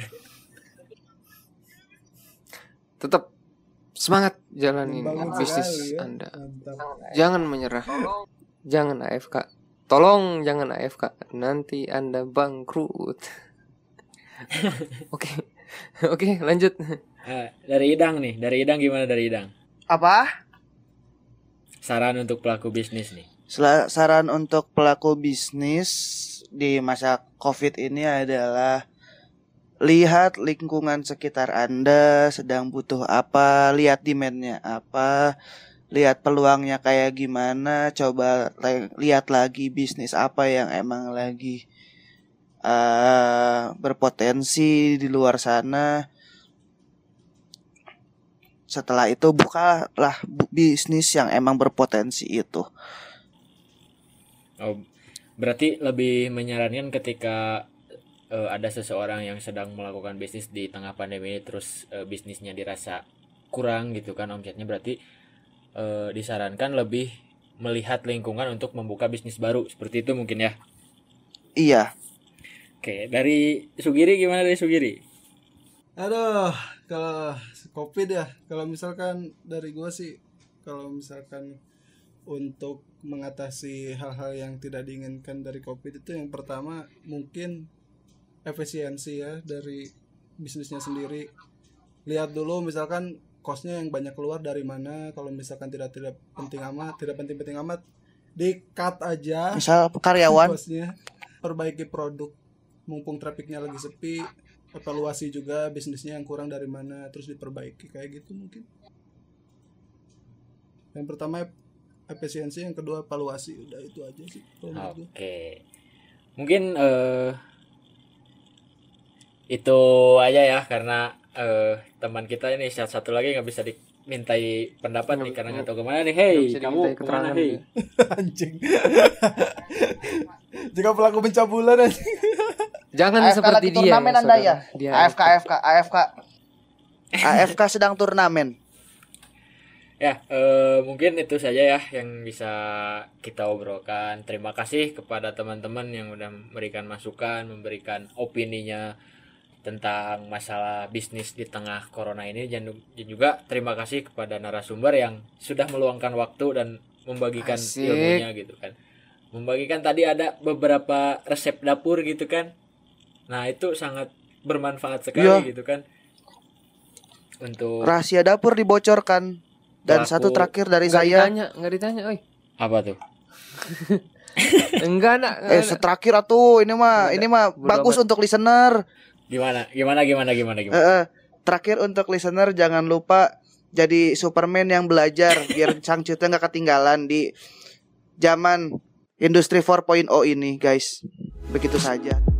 Tetap semangat jalanin Membangun bisnis sekali ya. Anda. Mantap. Jangan menyerah. Jangan A F K. Tolong jangan A F K. Nanti Anda bangkrut. Oke. Oke, lanjut. Eh, dari Idang nih, dari Idang gimana dari Idang? Apa? Saran untuk pelaku bisnis nih. Sel- saran untuk pelaku bisnis di masa Covid ini adalah lihat lingkungan sekitar Anda sedang butuh apa, lihat demand-nya apa, lihat peluangnya kayak gimana, coba le- lihat lagi bisnis apa yang emang lagi uh, berpotensi di luar sana. Setelah itu bukalah bu- bisnis yang emang berpotensi itu. Oh, berarti lebih menyarankan ketika eh, ada seseorang yang sedang melakukan bisnis di tengah pandemi ini, terus eh, bisnisnya dirasa kurang gitu kan omsetnya, berarti eh, disarankan lebih melihat lingkungan untuk membuka bisnis baru, seperti itu mungkin ya. Iya. Oke, dari Sugiri gimana dari Sugiri? Aduh, kalau Covid ya, kalau misalkan dari gua sih, kalau misalkan untuk mengatasi hal-hal yang tidak diinginkan dari Covid itu, yang pertama mungkin efisiensi ya dari bisnisnya sendiri. Lihat dulu misalkan kosnya yang banyak keluar dari mana. Kalau misalkan tidak tidak penting amat, tidak penting-penting amat, di cut aja Misal karyawan. bosnya, perbaiki produk mumpung trafiknya lagi sepi, evaluasi juga bisnisnya yang kurang dari mana, terus diperbaiki kayak gitu mungkin. Yang pertama efisiensi, yang kedua evaluasi, udah itu aja sih kalau menurut Oke. gue. Mungkin eh itu aja ya, karena eh teman kita ini satu lagi nggak bisa dimintai pendapat nih karena nggak tahu kemana nih. Hey, Nggak bisa kamu dimintai kemana? keterangan Hey. ya. Anjing. Jika pelaku pencabulan anjing. Jangan A F K seperti lagi dia. turnamen ya, Anda saudara. ya. Dia A F K A F K A F K A F K sedang turnamen. Ya, eh, mungkin itu saja ya yang bisa kita obrolkan. Terima kasih kepada teman-teman yang udah memberikan masukan, memberikan opininya tentang masalah bisnis di tengah corona ini. Dan juga terima kasih kepada narasumber yang sudah meluangkan waktu dan membagikan Asik. ilmunya gitu kan. Membagikan tadi ada beberapa resep dapur gitu kan. Nah, itu sangat bermanfaat sekali Iya. gitu kan. Untuk Rahasia dapur dibocorkan. Dan Pelaku- satu terakhir dari Nggak saya. ditanya, nggak ditanya, oi. apa tuh? Enggak nak. Eh terakhir atuh ini mah ini mah Bodo bagus amat. untuk listener. Gimana? Gimana gimana gimana gimana? Eh, eh, terakhir untuk listener jangan lupa jadi Superman yang belajar biar cangcutnya nggak ketinggalan di zaman industri empat titik nol ini guys. Begitu saja.